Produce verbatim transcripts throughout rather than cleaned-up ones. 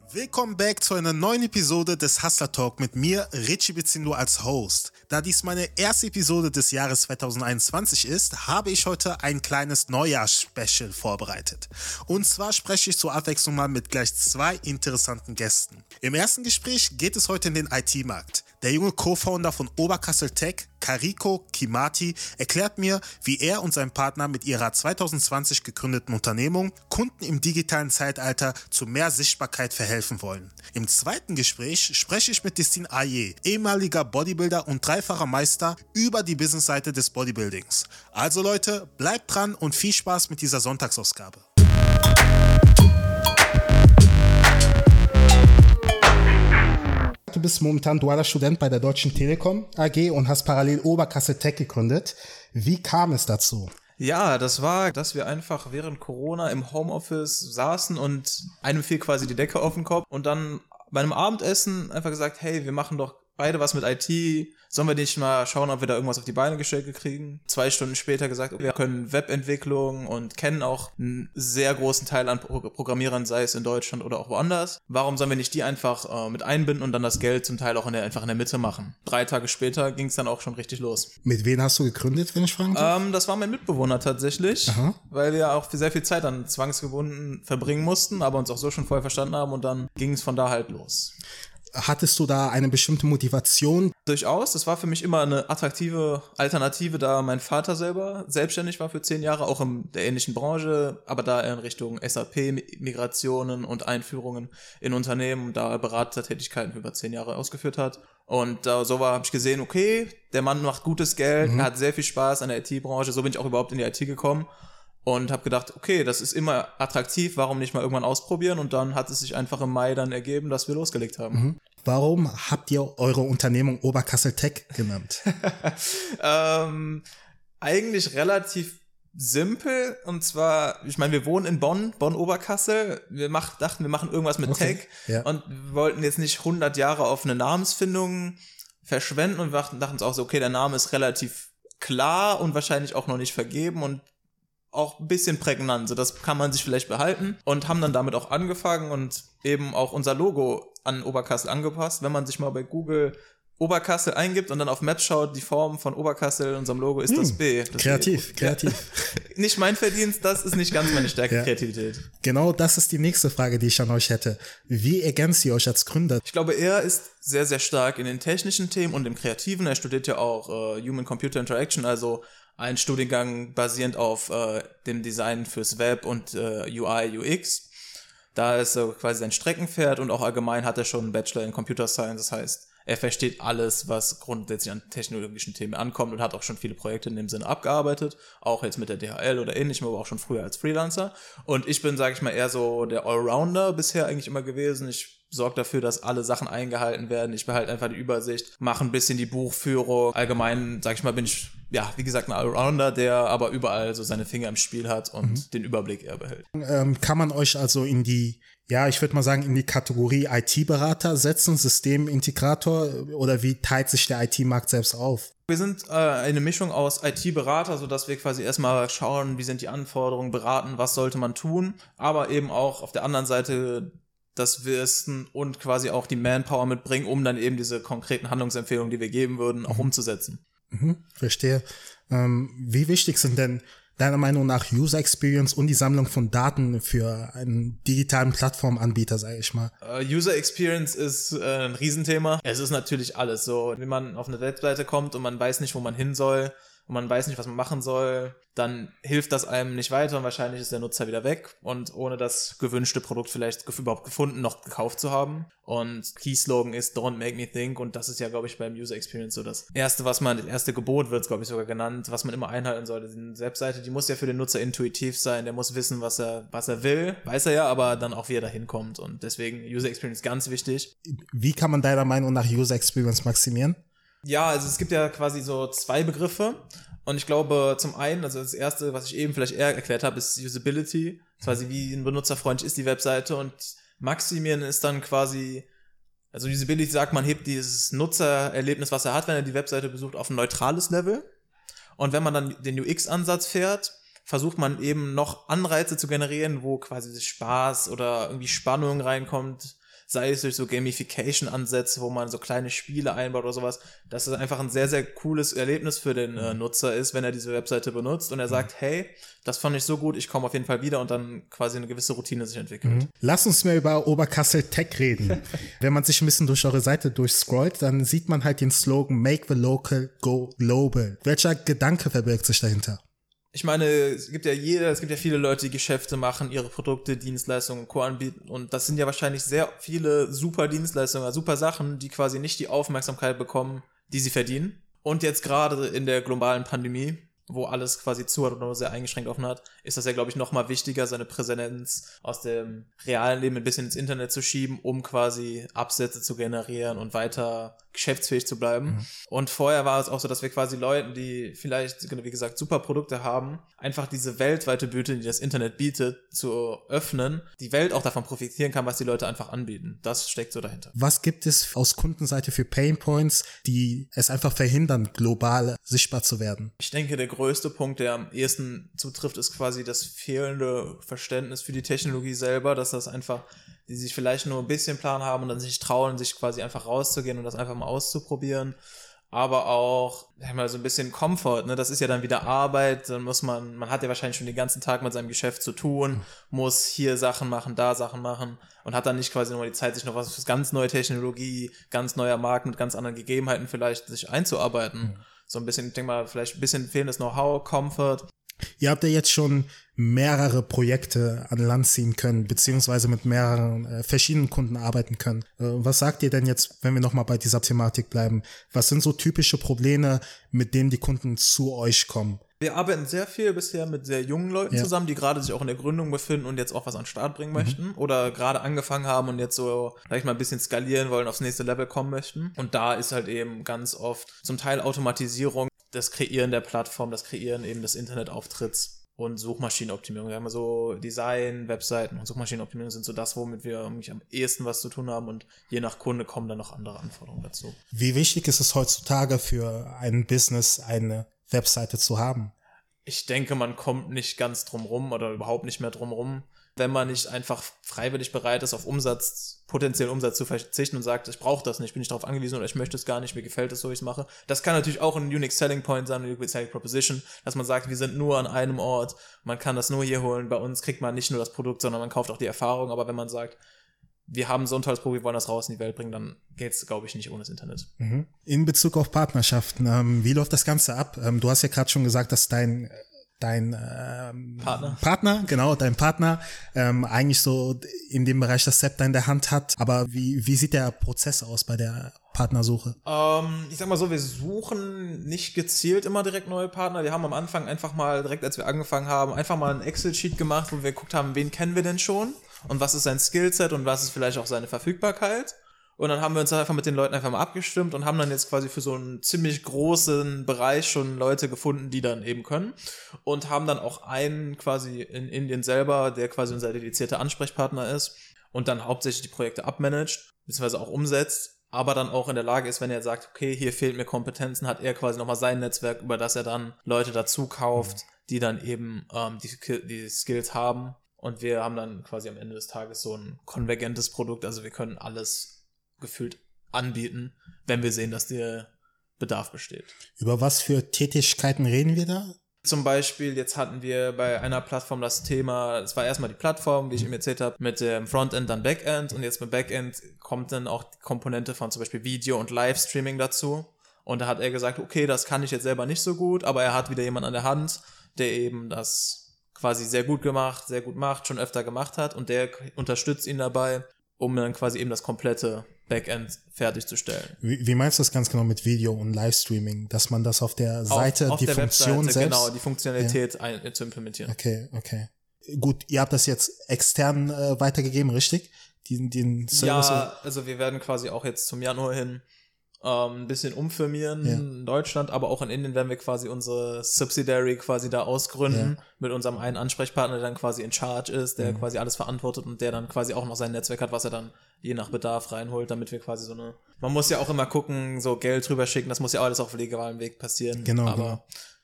Willkommen back zu einer neuen Episode des Hustler Talk mit mir, Richie Bezindo als Host. Da dies meine erste Episode des Jahres zwanzig einundzwanzig ist, habe ich heute ein kleines Neujahrs-Special vorbereitet. Und zwar spreche ich zur Abwechslung mal mit gleich zwei interessanten Gästen. Im ersten Gespräch geht es heute in den I T-Markt. Der junge Co-Founder von Oberkassel Tech, Kariko Kimati, erklärt mir, wie er und sein Partner mit ihrer zwanzig zwanzig gegründeten Unternehmung Kunden im digitalen Zeitalter zu mehr Sichtbarkeit verhelfen wollen. Im zweiten Gespräch spreche ich mit Destine Aye, ehemaliger Bodybuilder und dreifacher Meister, über die Businessseite des Bodybuildings. Also Leute, bleibt dran und viel Spaß mit dieser Sonntagsausgabe. Du bist momentan dualer Student bei der Deutschen Telekom A G und hast parallel Oberkassel Tech gegründet. Wie kam es dazu? Ja, das war, dass wir einfach während Corona im Homeoffice saßen und einem fiel quasi die Decke auf den Kopf und dann bei einem Abendessen einfach gesagt, hey, wir machen doch beide was mit I T, sollen wir nicht mal schauen, ob wir da irgendwas auf die Beine gestellt kriegen? Zwei Stunden später gesagt, wir können Webentwicklung und kennen auch einen sehr großen Teil an Pro- Programmierern, sei es in Deutschland oder auch woanders. Warum sollen wir nicht die einfach äh, mit einbinden und dann das Geld zum Teil auch in der, einfach in der Mitte machen? Drei Tage später ging es dann auch schon richtig los. Mit wem hast du gegründet, wenn ich fragen darf? Ähm, das war mein Mitbewohner tatsächlich, Aha. weil wir auch sehr viel Zeit dann zwangsgebunden verbringen mussten, aber uns auch so schon vorher verstanden haben und dann ging es von da halt los. Hattest du da eine bestimmte Motivation? Durchaus, das war für mich immer eine attraktive Alternative, da mein Vater selber selbstständig war für zehn Jahre, auch in der ähnlichen Branche, aber da in Richtung S A P-Migrationen und Einführungen in Unternehmen, da Beratertätigkeiten für über zehn Jahre ausgeführt hat. Und uh, so war, habe ich gesehen, okay, der Mann macht gutes Geld, mhm. er hat sehr viel Spaß an der I T-Branche, so bin ich auch überhaupt in die I T gekommen. Und habe gedacht, okay, das ist immer attraktiv, warum nicht mal irgendwann ausprobieren? Und dann hat es sich einfach im Mai dann ergeben, dass wir losgelegt haben. Mhm. Warum habt ihr eure Unternehmung Oberkassel Tech genannt? ähm, eigentlich relativ simpel. Und zwar, ich meine, wir wohnen in Bonn, Bonn-Oberkassel. Wir mach, dachten, wir machen irgendwas mit okay. Tech. Ja. Und wir wollten jetzt nicht hundert Jahre auf eine Namensfindung verschwenden. Und wir dachten uns auch so, okay, der Name ist relativ klar und wahrscheinlich auch noch nicht vergeben und auch ein bisschen prägnant, so das kann man sich vielleicht behalten und haben dann damit auch angefangen und eben auch unser Logo an Oberkassel angepasst. Wenn man sich mal bei Google Oberkassel eingibt und dann auf Maps schaut, die Form von Oberkassel in unserem Logo ist hm, das B. Das kreativ, B. kreativ. Nicht mein Verdienst, das ist nicht ganz meine Stärke, ja. Kreativität. Genau, das ist die nächste Frage, die ich an euch hätte. Wie ergänzt ihr euch als Gründer? Ich glaube, er ist sehr, sehr stark in den technischen Themen und im Kreativen. Er studiert ja auch äh, Human-Computer Interaction, also ein Studiengang basierend auf äh, dem Design fürs Web und äh, U I, U X. Da ist er quasi sein Streckenpferd und auch allgemein hat er schon einen Bachelor in Computer Science. Das heißt, er versteht alles, was grundsätzlich an technologischen Themen ankommt und hat auch schon viele Projekte in dem Sinne abgearbeitet. Auch jetzt mit der D H L oder ähnlichem, aber auch schon früher als Freelancer. Und ich bin, sage ich mal, eher so der Allrounder bisher eigentlich immer gewesen. Ich sorge dafür, dass alle Sachen eingehalten werden. Ich behalte einfach die Übersicht, mache ein bisschen die Buchführung. Allgemein, sag ich mal, bin ich, ja, wie gesagt, ein Allrounder, der aber überall so seine Finger im Spiel hat und mhm. den Überblick eher behält. Ähm, kann man euch also in die, ja, ich würde mal sagen, in die Kategorie I T-Berater setzen, Systemintegrator, oder wie teilt sich der I T-Markt selbst auf? Wir sind äh, eine Mischung aus I T-Berater, sodass wir quasi erstmal schauen, wie sind die Anforderungen, beraten, was sollte man tun, aber eben auch auf der anderen Seite das Wissen und quasi auch die Manpower mitbringen, um dann eben diese konkreten Handlungsempfehlungen, die wir geben würden, auch mhm. umzusetzen. Mhm, verstehe. Ähm, wie wichtig sind denn deiner Meinung nach User Experience und die Sammlung von Daten für einen digitalen Plattformanbieter, sage ich mal? Uh, User Experience ist äh, ein Riesenthema. Es ist natürlich alles so. Wenn man auf eine Webseite kommt und man weiß nicht, wo man hin soll, und man weiß nicht, was man machen soll, dann hilft das einem nicht weiter und wahrscheinlich ist der Nutzer wieder weg und ohne das gewünschte Produkt vielleicht überhaupt gefunden, noch gekauft zu haben. Und Keyslogan ist Don't make me think und das ist ja, glaube ich, beim User Experience so das erste, was man, das erste Gebot wird es, glaube ich, sogar genannt, was man immer einhalten sollte. Die Webseite, die muss ja für den Nutzer intuitiv sein, der muss wissen, was er, was er will, weiß er ja, aber dann auch, wie er da hinkommt und deswegen User Experience ganz wichtig. Wie kann man deiner Meinung nach User Experience maximieren? Ja, also es gibt ja quasi so zwei Begriffe und ich glaube zum einen, also das erste, was ich eben vielleicht eher erklärt habe, ist Usability, quasi wie ein benutzerfreundlich ist die Webseite und maximieren ist dann quasi, also Usability sagt, man hebt dieses Nutzererlebnis, was er hat, wenn er die Webseite besucht, auf ein neutrales Level und wenn man dann den U X-Ansatz fährt, versucht man eben noch Anreize zu generieren, wo quasi Spaß oder irgendwie Spannung reinkommt, sei es durch so Gamification-Ansätze, wo man so kleine Spiele einbaut oder sowas, dass es einfach ein sehr, sehr cooles Erlebnis für den äh, Nutzer ist, wenn er diese Webseite benutzt und er sagt, hey, das fand ich so gut, ich komme auf jeden Fall wieder und dann quasi eine gewisse Routine sich entwickelt. Mhm. Lass uns mehr über Oberkassel Tech reden. Wenn man sich ein bisschen durch eure Seite durchscrollt, dann sieht man halt den Slogan Make the Local Go Global. Welcher Gedanke verbirgt sich dahinter? Ich meine, es gibt ja jeder, es gibt ja viele Leute, die Geschäfte machen, ihre Produkte, Dienstleistungen, Co. anbieten und das sind ja wahrscheinlich sehr viele super Dienstleistungen, super Sachen, die quasi nicht die Aufmerksamkeit bekommen, die sie verdienen. Und jetzt gerade in der globalen Pandemie, wo alles quasi zu hat oder nur sehr eingeschränkt offen hat, ist das ja, glaube ich, noch mal wichtiger, seine Präsenz aus dem realen Leben ein bisschen ins Internet zu schieben, um quasi Absätze zu generieren und weiter geschäftsfähig zu bleiben. Mhm. Und vorher war es auch so, dass wir quasi Leuten, die vielleicht, wie gesagt, super Produkte haben, einfach diese weltweite Bühne, die das Internet bietet, zu öffnen, die Welt auch davon profitieren kann, was die Leute einfach anbieten. Das steckt so dahinter. Was gibt es aus Kundenseite für Painpoints, die es einfach verhindern, global sichtbar zu werden? Ich denke, der größte Punkt, der am ehesten zutrifft, ist quasi das fehlende Verständnis für die Technologie selber, dass das einfach, die sich vielleicht nur ein bisschen Plan haben und dann sich trauen, sich quasi einfach rauszugehen und das einfach mal auszuprobieren. Aber auch, ja, mal so ein bisschen Komfort, ne, das ist ja dann wieder Arbeit, dann muss man, man hat ja wahrscheinlich schon den ganzen Tag mit seinem Geschäft zu tun, muss hier Sachen machen, da Sachen machen und hat dann nicht quasi nur die Zeit, sich noch was für ganz neue Technologie, ganz neuer Markt mit ganz anderen Gegebenheiten vielleicht sich einzuarbeiten. Mhm. So ein bisschen, ich denke mal, vielleicht ein bisschen fehlendes Know-how, Comfort. Ihr habt ja jetzt schon mehrere Projekte an Land ziehen können, beziehungsweise mit mehreren äh, verschiedenen Kunden arbeiten können. Äh, was sagt ihr denn jetzt, wenn wir nochmal bei dieser Thematik bleiben? Was sind so typische Probleme, mit denen die Kunden zu euch kommen? Wir arbeiten sehr viel bisher mit sehr jungen Leuten ja. zusammen, die gerade sich auch in der Gründung befinden und jetzt auch was an den Start bringen mhm. möchten oder gerade angefangen haben und jetzt so, sag ich mal, ein bisschen skalieren wollen, aufs nächste Level kommen möchten. Und da ist halt eben ganz oft zum Teil Automatisierung, das Kreieren der Plattform, das Kreieren eben des Internetauftritts und Suchmaschinenoptimierung. Wir haben so Design, Webseiten und Suchmaschinenoptimierung sind so das, womit wir eigentlich am ehesten was zu tun haben und je nach Kunde kommen dann noch andere Anforderungen dazu. Wie wichtig ist es heutzutage für ein Business, eine Webseite zu haben? Ich denke, man kommt nicht ganz drum rum oder überhaupt nicht mehr drum rum, wenn man nicht einfach freiwillig bereit ist, auf Umsatz, potenziellen Umsatz zu verzichten und sagt, ich brauche das nicht, bin ich darauf angewiesen oder ich möchte es gar nicht, mir gefällt es so, wie ich es mache. Das kann natürlich auch ein Unique Selling Point sein, eine Unique Selling Proposition, dass man sagt, wir sind nur an einem Ort, man kann das nur hier holen, bei uns kriegt man nicht nur das Produkt, sondern man kauft auch die Erfahrung, aber wenn man sagt, wir haben so ein tolles Produkt, wir wollen das raus in die Welt bringen, dann geht's, glaube ich, nicht ohne das Internet. In Bezug auf Partnerschaften, ähm, wie läuft das Ganze ab? Ähm, du hast ja gerade schon gesagt, dass dein dein ähm, Partner. Partner, genau, dein Partner ähm, eigentlich so in dem Bereich das Zepter in der Hand hat. Aber wie wie sieht der Prozess aus bei der Partnersuche? Ähm, ich sag mal so, wir suchen nicht gezielt immer direkt neue Partner. Wir haben am Anfang einfach mal, direkt als wir angefangen haben, einfach mal ein Excel-Sheet gemacht, wo wir geguckt haben, wen kennen wir denn schon und was ist sein Skillset und was ist vielleicht auch seine Verfügbarkeit. Und dann haben wir uns einfach mit den Leuten einfach mal abgestimmt und haben dann jetzt quasi für so einen ziemlich großen Bereich schon Leute gefunden, die dann eben können. Und haben dann auch einen quasi in Indien selber, der quasi unser dedizierter Ansprechpartner ist und dann hauptsächlich die Projekte abmanagt, beziehungsweise auch umsetzt, aber dann auch in der Lage ist, wenn er sagt, okay, hier fehlt mir Kompetenzen, hat er quasi nochmal sein Netzwerk, über das er dann Leute dazu kauft, die dann eben ähm, die, die Skills haben. Und wir haben dann quasi am Ende des Tages so ein konvergentes Produkt, also wir können alles gefühlt anbieten, wenn wir sehen, dass der Bedarf besteht. Über was für Tätigkeiten reden wir da? Zum Beispiel, jetzt hatten wir bei einer Plattform das Thema, es war erstmal die Plattform, wie ich ihm erzählt habe, mit dem Frontend, dann Backend und jetzt mit Backend kommt dann auch die Komponente von zum Beispiel Video und Livestreaming dazu und da hat er gesagt, okay, das kann ich jetzt selber nicht so gut, aber er hat wieder jemanden an der Hand, der eben das quasi sehr gut gemacht, sehr gut macht, schon öfter gemacht hat und der unterstützt ihn dabei, um dann quasi eben das komplette Backend fertigzustellen. Wie, wie meinst du das ganz genau mit Video und Livestreaming? Dass man das auf der Seite, auf, auf die der Funktion Webseite, selbst? Genau, die Funktionalität ja. ein, zu implementieren. Okay, okay. Gut, ihr habt das jetzt extern äh, weitergegeben, richtig? Den, den Service? Ja, also wir werden quasi auch jetzt zum Januar hin ähm, ein bisschen umfirmieren ja. in Deutschland, aber auch in Indien werden wir quasi unsere Subsidiary quasi da ausgründen ja. mit unserem einen Ansprechpartner, der dann quasi in charge ist, der mhm. quasi alles verantwortet und der dann quasi auch noch sein Netzwerk hat, was er dann je nach Bedarf reinholt, damit wir quasi so eine, man muss ja auch immer gucken, so Geld drüber schicken, das muss ja alles auf legalem Weg passieren, genau, aber genau.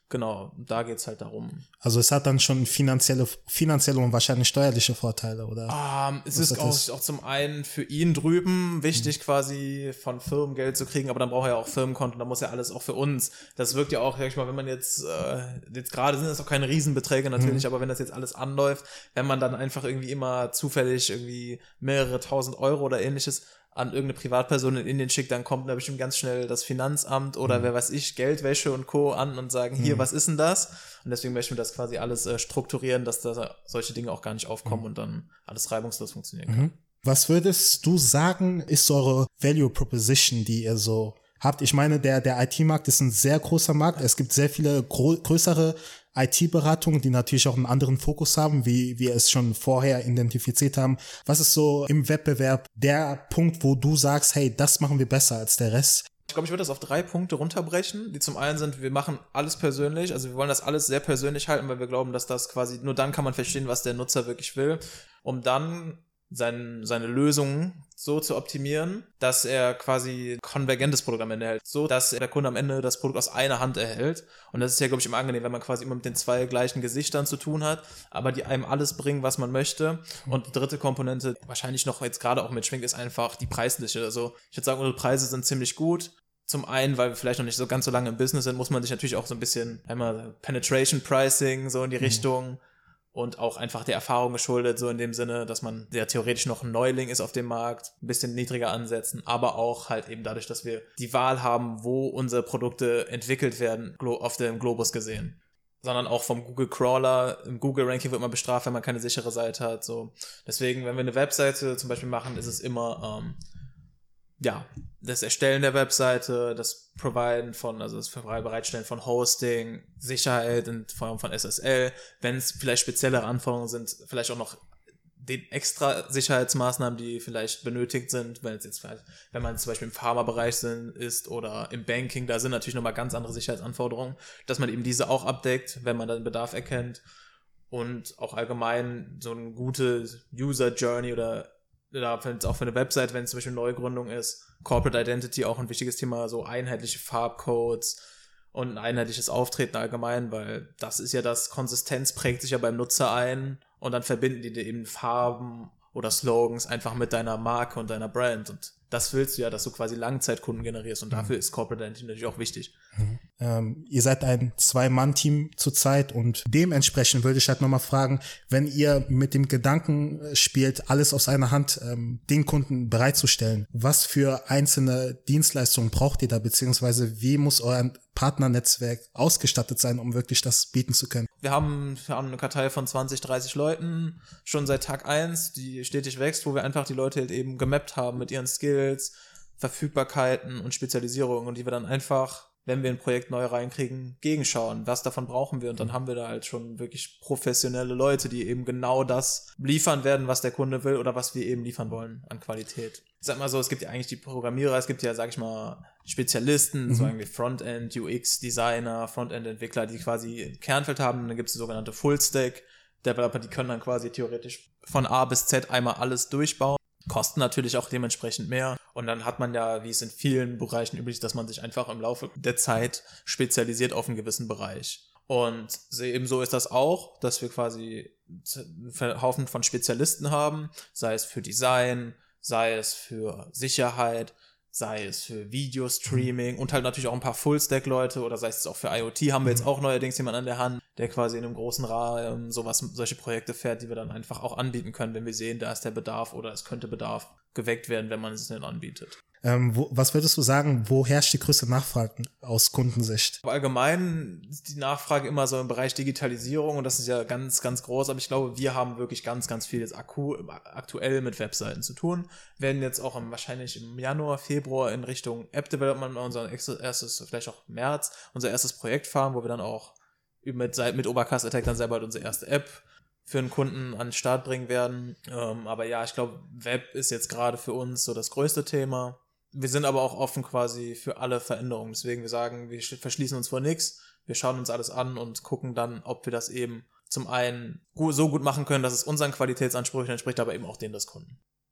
Genau, da geht's halt darum. Also es hat dann schon finanzielle, finanzielle und wahrscheinlich steuerliche Vorteile, oder? Um, es ist auch, auch zum einen für ihn drüben wichtig, mhm. quasi von Firmen Geld zu kriegen, aber dann braucht er ja auch Firmenkonten, da muss ja alles auch für uns. Das wirkt ja auch, sag ich mal, wenn man jetzt, äh, jetzt gerade sind das auch keine Riesenbeträge natürlich, mhm. aber wenn das jetzt alles anläuft, wenn man dann einfach irgendwie immer zufällig irgendwie mehrere tausend Euro oder ähnliches an irgendeine Privatperson in Indien schickt, dann kommt da bestimmt ganz schnell das Finanzamt oder mhm. wer weiß ich, Geldwäsche und Co. an und sagen, hier, mhm. was ist denn das? Und deswegen möchten wir das quasi alles äh, strukturieren, dass da solche Dinge auch gar nicht aufkommen mhm. und dann alles reibungslos funktionieren kann. Mhm. Was würdest du sagen, ist eure Value Proposition, die ihr so habt? Ich meine, der, der I T-Markt ist ein sehr großer Markt. Es gibt sehr viele gro- größere I T-Beratungen, die natürlich auch einen anderen Fokus haben, wie wir es schon vorher identifiziert haben. Was ist so im Wettbewerb der Punkt, wo du sagst, hey, das machen wir besser als der Rest? Ich glaube, ich würde das auf drei Punkte runterbrechen, die zum einen sind, wir machen alles persönlich, also wir wollen das alles sehr persönlich halten, weil wir glauben, dass das quasi, nur dann kann man verstehen, was der Nutzer wirklich will, um dann sein, seine Lösungen so zu optimieren, dass er quasi konvergentes Produkt am Ende erhält, so dass der Kunde am Ende das Produkt aus einer Hand erhält. Und das ist ja, glaube ich, immer angenehm, wenn man quasi immer mit den zwei gleichen Gesichtern zu tun hat, aber die einem alles bringen, was man möchte. Und die dritte Komponente, wahrscheinlich noch jetzt gerade auch mitschwingt, ist einfach die preisliche. Also ich würde sagen, unsere Preise sind ziemlich gut. Zum einen, weil wir vielleicht noch nicht so ganz so lange im Business sind, muss man sich natürlich auch so ein bisschen einmal Penetration Pricing so in die mhm. Richtung und auch einfach der Erfahrung geschuldet, so in dem Sinne, dass man ja theoretisch noch ein Neuling ist auf dem Markt, ein bisschen niedriger ansetzen, aber auch halt eben dadurch, dass wir die Wahl haben, wo unsere Produkte entwickelt werden, auf dem Globus gesehen. Sondern auch vom Google Crawler, im Google Ranking wird man bestraft, wenn man keine sichere Seite hat, so. Deswegen, wenn wir eine Webseite zum Beispiel machen, ist es immer, ähm, ja, das Erstellen der Webseite, das Providen von, also das Bereitstellen von Hosting, Sicherheit in Form von S S L, wenn es vielleicht speziellere Anforderungen sind, vielleicht auch noch den extra Sicherheitsmaßnahmen, die vielleicht benötigt sind, wenn es jetzt vielleicht, wenn man zum Beispiel im Pharmabereich sind, ist oder im Banking, da sind natürlich nochmal ganz andere Sicherheitsanforderungen, dass man eben diese auch abdeckt, wenn man dann Bedarf erkennt und auch allgemein so eine gute User Journey oder oder wenn es auch für eine Website, wenn es zum Beispiel eine Neugründung ist, Corporate Identity auch ein wichtiges Thema, so einheitliche Farbcodes und ein einheitliches Auftreten allgemein, weil das ist ja das, Konsistenz prägt sich ja beim Nutzer ein und dann verbinden die dir eben Farben oder Slogans einfach mit deiner Marke und deiner Brand und das willst du ja, dass du quasi Langzeitkunden generierst und dafür mhm. ist Corporate Identity natürlich auch wichtig. Mhm. Ähm, ihr seid ein Zwei-Mann-Team zurzeit und dementsprechend würde ich halt nochmal fragen, wenn ihr mit dem Gedanken spielt, alles aus einer Hand ähm, den Kunden bereitzustellen, was für einzelne Dienstleistungen braucht ihr da, beziehungsweise wie muss euer Partnernetzwerk ausgestattet sein, um wirklich das bieten zu können? Wir haben, wir haben eine Kartei von zwanzig, dreißig Leuten, schon seit Tag eins, die stetig wächst, wo wir einfach die Leute halt eben gemappt haben mit ihren Skills, Verfügbarkeiten und Spezialisierungen und die wir dann einfach, wenn wir ein Projekt neu reinkriegen, gegenschauen, was davon brauchen wir und dann haben wir da halt schon wirklich professionelle Leute, die eben genau das liefern werden, was der Kunde will oder was wir eben liefern wollen an Qualität. Ich sag mal so, es gibt ja eigentlich die Programmierer, es gibt ja, sag ich mal, Spezialisten, mhm. so irgendwie Frontend, U X-Designer, Frontend-Entwickler, die quasi ein Kernfeld haben und dann gibt es sogenannte Full-Stack-Developer, die können dann quasi theoretisch von A bis Z einmal alles durchbauen. Kosten natürlich auch dementsprechend mehr und dann hat man ja, wie es in vielen Bereichen üblich ist, dass man sich einfach im Laufe der Zeit spezialisiert auf einen gewissen Bereich. Und ebenso ist das auch, dass wir quasi einen Haufen von Spezialisten haben, sei es für Design, sei es für Sicherheit, sei es für Videostreaming und halt natürlich auch ein paar Full-Stack-Leute oder sei es auch für IoT, haben wir jetzt auch neuerdings jemanden an der Hand, der quasi in einem großen Rahmen sowas, solche Projekte fährt, die wir dann einfach auch anbieten können, wenn wir sehen, da ist der Bedarf oder es könnte Bedarf geweckt werden, wenn man es denn anbietet. Ähm, wo, was würdest du sagen, wo herrscht die größte Nachfrage aus Kundensicht? Allgemein ist die Nachfrage immer so im Bereich Digitalisierung und das ist ja ganz, ganz groß, aber ich glaube, wir haben wirklich ganz, ganz viel jetzt akku, aktuell mit Webseiten zu tun, werden jetzt auch im, wahrscheinlich im Januar, Februar in Richtung App Development unser erstes, vielleicht auch März, unser erstes Projekt fahren, wo wir dann auch mit, mit Overcast Attack dann selber unsere erste App für einen Kunden an den Start bringen werden. Ähm, aber ja, ich glaube, Web ist jetzt gerade für uns so das größte Thema. Wir sind aber auch offen quasi für alle Veränderungen. Deswegen wir sagen, wir verschließen uns vor nichts. Wir schauen uns alles an und gucken dann, ob wir das eben zum einen so gut machen können, dass es unseren Qualitätsansprüchen entspricht, aber eben auch denen des Kunden.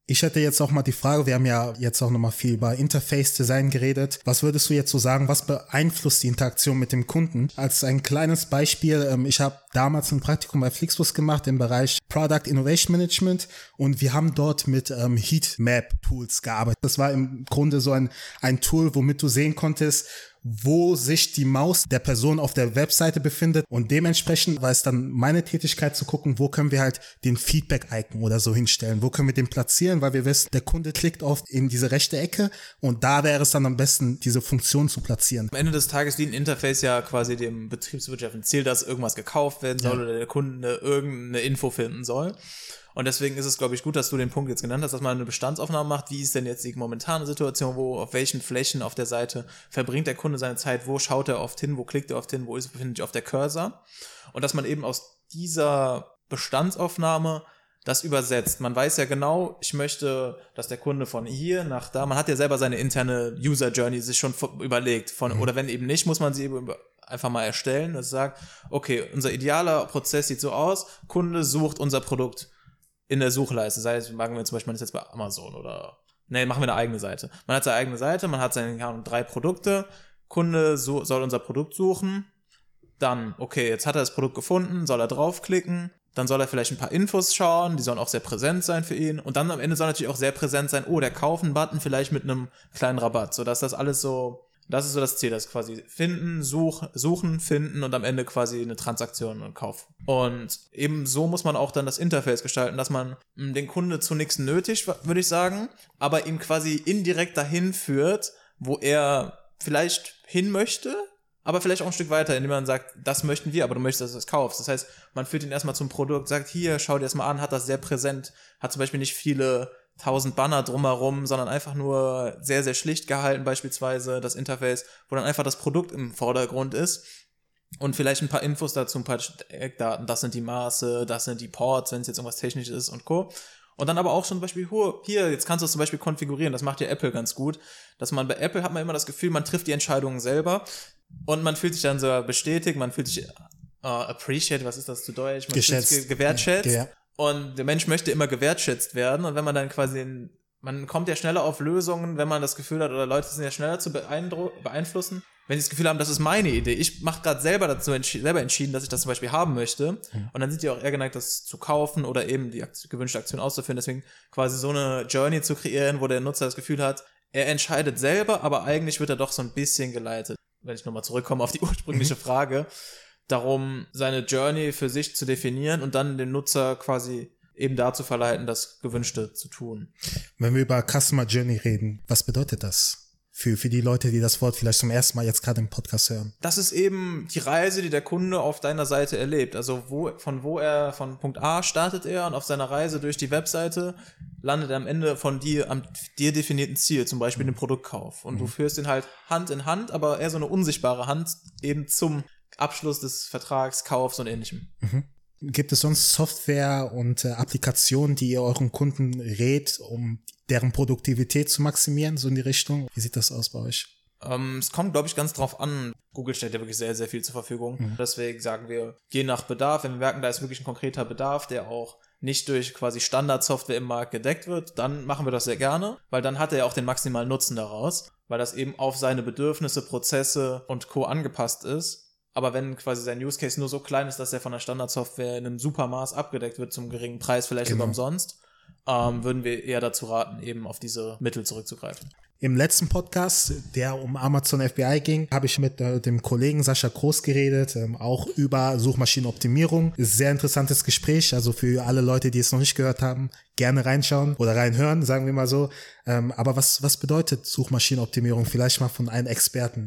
Ich hätte jetzt auch mal die Frage, wir haben ja jetzt auch nochmal viel über Interface-Design geredet. Was würdest du jetzt so sagen, was beeinflusst die Interaktion mit dem Kunden? Als ein kleines Beispiel, ich habe damals ein Praktikum bei Flixbus gemacht im Bereich Product Innovation Management und wir haben dort mit ähm, Heatmap-Tools gearbeitet. Das war im Grunde so ein, ein Tool, womit du sehen konntest, wo sich die Maus der Person auf der Webseite befindet und dementsprechend war es dann meine Tätigkeit zu gucken, wo können wir halt den Feedback-Icon oder so hinstellen, wo können wir den platzieren, weil wir wissen, der Kunde klickt oft in diese rechte Ecke und da wäre es dann am besten, diese Funktion zu platzieren. Am Ende des Tages dient ein Interface ja quasi dem betriebswirtschaftlichen Ziel, dass irgendwas gekauft werden soll, ja, oder der Kunde irgendeine Info finden soll. Und deswegen ist es, glaube ich, gut, dass du den Punkt jetzt genannt hast, dass man eine Bestandsaufnahme macht. Wie ist denn jetzt die momentane Situation? Wo, auf welchen Flächen auf der Seite verbringt der Kunde seine Zeit? Wo schaut er oft hin? Wo klickt er oft hin? Wo ist, befindet sich auf der Cursor? Und dass man eben aus dieser Bestandsaufnahme das übersetzt. Man weiß ja genau, ich möchte, dass der Kunde von hier nach da, man hat ja selber seine interne User Journey sich schon überlegt. Von, mhm. Oder wenn eben nicht, muss man sie eben einfach mal erstellen. Das sagt, okay, unser idealer Prozess sieht so aus, Kunde sucht unser Produkt in der Suchleiste, sei es, sagen wir zum Beispiel, man ist jetzt bei Amazon oder, ne, machen wir eine eigene Seite. Man hat seine eigene Seite, man hat seine ja, drei Produkte, Kunde so, soll unser Produkt suchen, dann, okay, jetzt hat er das Produkt gefunden, soll er draufklicken, dann soll er vielleicht ein paar Infos schauen, die sollen auch sehr präsent sein für ihn und dann am Ende soll natürlich auch sehr präsent sein, oh, der Kaufen-Button vielleicht mit einem kleinen Rabatt, sodass das alles so, das ist so das Ziel, das quasi finden, such, suchen, finden und am Ende quasi eine Transaktion und Kauf. Und eben so muss man auch dann das Interface gestalten, dass man den Kunde zu nichts nötigt, würde ich sagen, aber ihm quasi indirekt dahin führt, wo er vielleicht hin möchte, aber vielleicht auch ein Stück weiter, indem man sagt, das möchten wir, aber du möchtest, dass du das kaufst. Das heißt, man führt ihn erstmal zum Produkt, sagt, hier, schau dir das mal an, hat das sehr präsent, hat zum Beispiel nicht viele tausend Banner drumherum, sondern einfach nur sehr, sehr schlicht gehalten, beispielsweise das Interface, wo dann einfach das Produkt im Vordergrund ist und vielleicht ein paar Infos dazu, ein paar Eckdaten, das sind die Maße, das sind die Ports, wenn es jetzt irgendwas Technisches ist und Co. Und dann aber auch schon zum Beispiel, hier, jetzt kannst du es zum Beispiel konfigurieren, das macht ja Apple ganz gut, dass man bei Apple hat man immer das Gefühl, man trifft die Entscheidungen selber und man fühlt sich dann so bestätigt, man fühlt sich uh, appreciate, was ist das zu Deutsch? Man Geschätzt. Fühlt sich gewertschätzt. Ja. Und der Mensch möchte immer gewertschätzt werden und wenn man dann quasi, in, man kommt ja schneller auf Lösungen, wenn man das Gefühl hat, oder Leute sind ja schneller zu beeinflussen, wenn sie das Gefühl haben, das ist meine Idee. Ich mache gerade selber dazu entschi- selber entschieden, dass ich das zum Beispiel haben möchte mhm. und dann sind die auch eher geneigt, das zu kaufen oder eben die Akt- gewünschte Aktion auszuführen. Deswegen quasi so eine Journey zu kreieren, wo der Nutzer das Gefühl hat, er entscheidet selber, aber eigentlich wird er doch so ein bisschen geleitet. Wenn ich nochmal zurückkomme auf die ursprüngliche mhm. Frage, darum, seine Journey für sich zu definieren und dann den Nutzer quasi eben dazu verleiten, das Gewünschte zu tun. Wenn wir über Customer Journey reden, was bedeutet das für, für die Leute, die das Wort vielleicht zum ersten Mal jetzt gerade im Podcast hören? Das ist eben die Reise, die der Kunde auf deiner Seite erlebt. Also wo, von wo er, von Punkt A startet er und auf seiner Reise durch die Webseite landet er am Ende von dir, am dir definierten Ziel, zum Beispiel den Produktkauf. Und mhm. du führst ihn halt Hand in Hand, aber eher so eine unsichtbare Hand eben zum Abschluss des Vertrags, Kaufs und Ähnlichem. Mhm. Gibt es sonst Software und äh, Applikationen, die ihr euren Kunden rät, um deren Produktivität zu maximieren, so in die Richtung? Wie sieht das aus bei euch? Ähm, es kommt, glaube ich, ganz drauf an. Google stellt ja wirklich sehr, sehr viel zur Verfügung. Mhm. Deswegen sagen wir, je nach Bedarf, wenn wir merken, da ist wirklich ein konkreter Bedarf, der auch nicht durch quasi Standardsoftware im Markt gedeckt wird, dann machen wir das sehr gerne, weil dann hat er ja auch den maximalen Nutzen daraus, weil das eben auf seine Bedürfnisse, Prozesse und Co. angepasst ist. Aber wenn quasi sein Use Case nur so klein ist, dass er von der Standardsoftware in einem Supermaß abgedeckt wird, zum geringen Preis, vielleicht genau. sogar umsonst, ähm, würden wir eher dazu raten, eben auf diese Mittel zurückzugreifen. Im letzten Podcast, der um Amazon F B I ging, habe ich mit äh, dem Kollegen Sascha Groß geredet, ähm, auch über Suchmaschinenoptimierung. Sehr interessantes Gespräch, also für alle Leute, die es noch nicht gehört haben, gerne reinschauen oder reinhören, sagen wir mal so. Ähm, aber was, was bedeutet Suchmaschinenoptimierung? Vielleicht mal von einem Experten.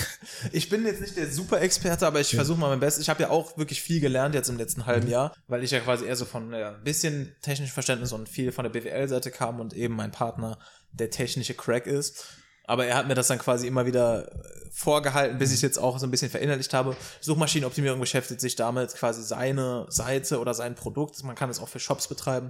Ich bin jetzt nicht der Super-Experte, aber ich ja. versuche mal mein Bestes. Ich habe ja auch wirklich viel gelernt jetzt im letzten halben mhm. Jahr, weil ich ja quasi eher so von ja, ein bisschen technischem Verständnis und viel von der B W L-Seite kam und eben mein Partner der technische Crack ist. Aber er hat mir das dann quasi immer wieder vorgehalten, bis ich es jetzt auch so ein bisschen verinnerlicht habe. Suchmaschinenoptimierung beschäftigt sich damit, quasi seine Seite oder sein Produkt, man kann es auch für Shops betreiben,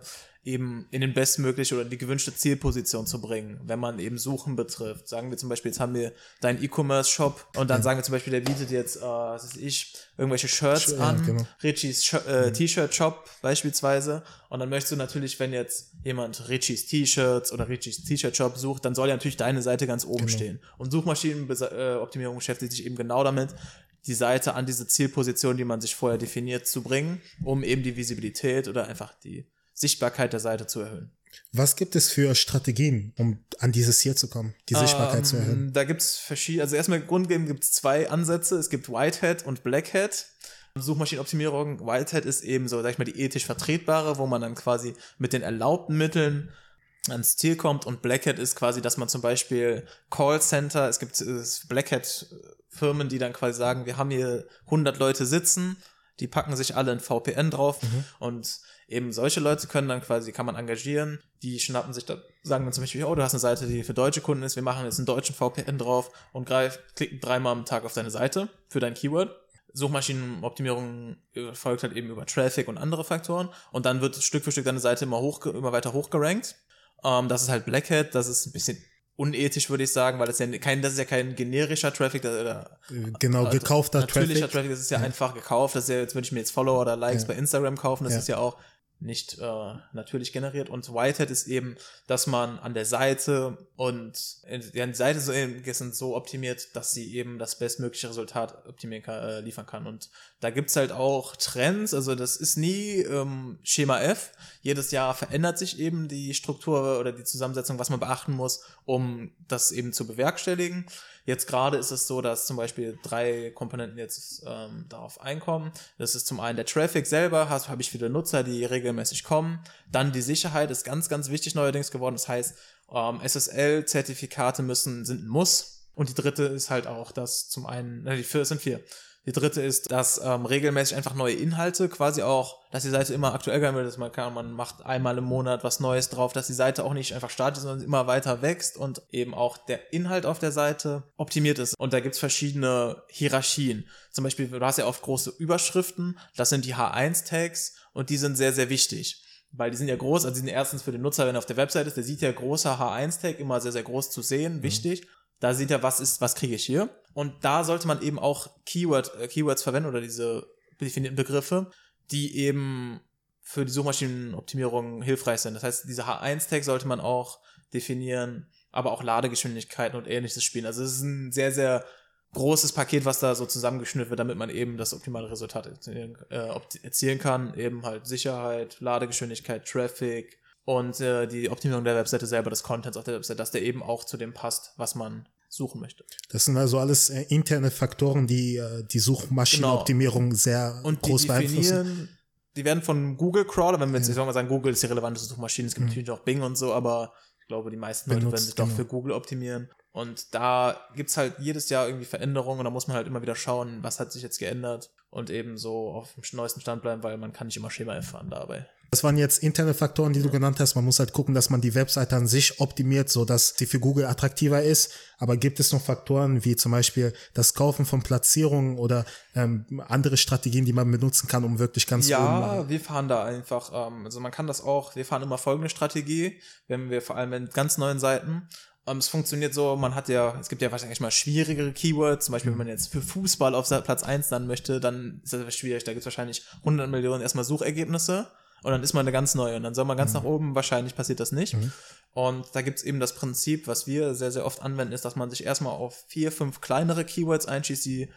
eben in den bestmöglichen oder die gewünschte Zielposition zu bringen, wenn man eben Suchen betrifft. Sagen wir zum Beispiel, jetzt haben wir deinen E-Commerce-Shop und dann ja. sagen wir zum Beispiel, der bietet jetzt, äh, was weiß ich, irgendwelche Shirts ja, an, genau. Richies Sh- äh, mhm. T-Shirt-Shop beispielsweise, und dann möchtest du natürlich, wenn jetzt jemand Richies T-Shirts oder Richies T-Shirt-Shop sucht, dann soll ja natürlich deine Seite ganz oben genau. stehen. Und Suchmaschinenoptimierung beschäftigt sich eben genau damit, die Seite an diese Zielposition, die man sich vorher definiert, zu bringen, um eben die Visibilität oder einfach die Sichtbarkeit der Seite zu erhöhen. Was gibt es für Strategien, um an dieses Ziel zu kommen, die Sichtbarkeit ähm, zu erhöhen? Da gibt es verschiedene, also erstmal grundlegend gibt es zwei Ansätze. Es gibt Whitehat und Blackhat. Suchmaschinenoptimierung, Whitehat ist eben so, sag ich mal, die ethisch vertretbare, wo man dann quasi mit den erlaubten Mitteln ans Ziel kommt, und Blackhat ist quasi, dass man zum Beispiel Callcenter, es gibt Blackhat-Firmen, die dann quasi sagen, wir haben hier hundert Leute sitzen, die packen sich alle ein V P N drauf mhm. und eben solche Leute können dann quasi, kann man engagieren, die schnappen sich da, sagen dann zum Beispiel, oh, du hast eine Seite, die für deutsche Kunden ist, wir machen jetzt einen deutschen V P N drauf und greif, klicken dreimal am Tag auf deine Seite für dein Keyword. Suchmaschinenoptimierung folgt halt eben über Traffic und andere Faktoren, und dann wird Stück für Stück deine Seite immer hoch, immer weiter hochgerankt. Um, das ist halt Blackhat, das ist ein bisschen unethisch, würde ich sagen, weil das ja kein, das ist ja kein generischer Traffic, das, oder, genau, also gekaufter natürlicher Traffic. Natürlicher Traffic, das ist ja, ja einfach gekauft, das ist ja, jetzt würde ich mir jetzt Follower oder Likes ja. bei Instagram kaufen, das ja. ist ja auch nicht äh, natürlich generiert. Und Whitehat ist eben, dass man an der Seite und ja, die Seite so, sind so optimiert, dass sie eben das bestmögliche Resultat optimieren kann, äh, liefern kann. Und da gibt's halt auch Trends, also das ist nie ähm, Schema F. Jedes Jahr verändert sich eben die Struktur oder die Zusammensetzung, was man beachten muss, um das eben zu bewerkstelligen. Jetzt gerade ist es so, dass zum Beispiel drei Komponenten jetzt ähm, darauf einkommen. Das ist zum einen der Traffic selber, habe hab ich viele Nutzer, die regelmäßig kommen. Dann die Sicherheit ist ganz, ganz wichtig neuerdings geworden. Das heißt, ähm, S S L-Zertifikate müssen, sind ein Muss. Und die dritte ist halt auch, dass zum einen, ne, die vier sind vier. Die dritte ist, dass ähm, regelmäßig einfach neue Inhalte quasi auch, dass die Seite immer aktuell gehalten wird, dass man kann, man macht einmal im Monat was Neues drauf, dass die Seite auch nicht einfach startet, sondern immer weiter wächst und eben auch der Inhalt auf der Seite optimiert ist. Und da gibt's verschiedene Hierarchien. Zum Beispiel, du hast ja oft große Überschriften, das sind die H eins Tags, und die sind sehr, sehr wichtig. Weil die sind ja groß, also die sind erstens für den Nutzer, wenn er auf der Website ist, der sieht ja großer H eins Tag, immer sehr, sehr groß zu sehen, mhm. wichtig. Da sieht er, was ist, was kriege ich hier? Und da sollte man eben auch Keyword, äh, Keywords verwenden oder diese definierten Begriffe, die eben für die Suchmaschinenoptimierung hilfreich sind. Das heißt, diese H eins Tag sollte man auch definieren, aber auch Ladegeschwindigkeiten und ähnliches spielen. Also es ist ein sehr, sehr großes Paket, was da so zusammengeschnürt wird, damit man eben das optimale Resultat erzielen, äh, erzielen kann. Eben halt Sicherheit, Ladegeschwindigkeit, Traffic, und äh, die Optimierung der Webseite selber, des Contents auf der Webseite, dass der eben auch zu dem passt, was man suchen möchte. Das sind also alles äh, interne Faktoren, die äh, die Suchmaschinenoptimierung genau. sehr und groß die beeinflussen. Die werden von Google Crawler, wenn wir jetzt, ja. ich soll mal sagen, Google ist die relevante Suchmaschine, es gibt mhm. natürlich auch Bing und so, aber ich glaube, die meisten Leute werden sich genau. doch für Google optimieren. Und da gibt's halt jedes Jahr irgendwie Veränderungen, und da muss man halt immer wieder schauen, was hat sich jetzt geändert, und eben so auf dem neuesten Stand bleiben, weil man kann nicht immer Schema F fahren dabei. Das waren jetzt interne Faktoren, die du genannt hast. Man muss halt gucken, dass man die Webseite an sich optimiert, so dass sie für Google attraktiver ist. Aber gibt es noch Faktoren wie zum Beispiel das Kaufen von Platzierungen oder ähm, andere Strategien, die man benutzen kann, um wirklich ganz ja, oben... Ja, wir fahren da einfach, ähm, also man kann das auch, wir fahren immer folgende Strategie, wenn wir vor allem mit ganz neuen Seiten... Um, es funktioniert so, man hat ja, es gibt ja wahrscheinlich mal schwierigere Keywords, zum Beispiel, wenn man jetzt für Fußball auf Platz eins dann möchte, dann ist das schwierig, da gibt es wahrscheinlich hundert Millionen erstmal Suchergebnisse, und dann ist man eine ganz neue, und dann soll man ganz mhm. nach oben, wahrscheinlich passiert das nicht. Mhm. Und da gibt's eben das Prinzip, was wir sehr, sehr oft anwenden, ist, dass man sich erstmal auf vier, fünf kleinere Keywords einschießt, die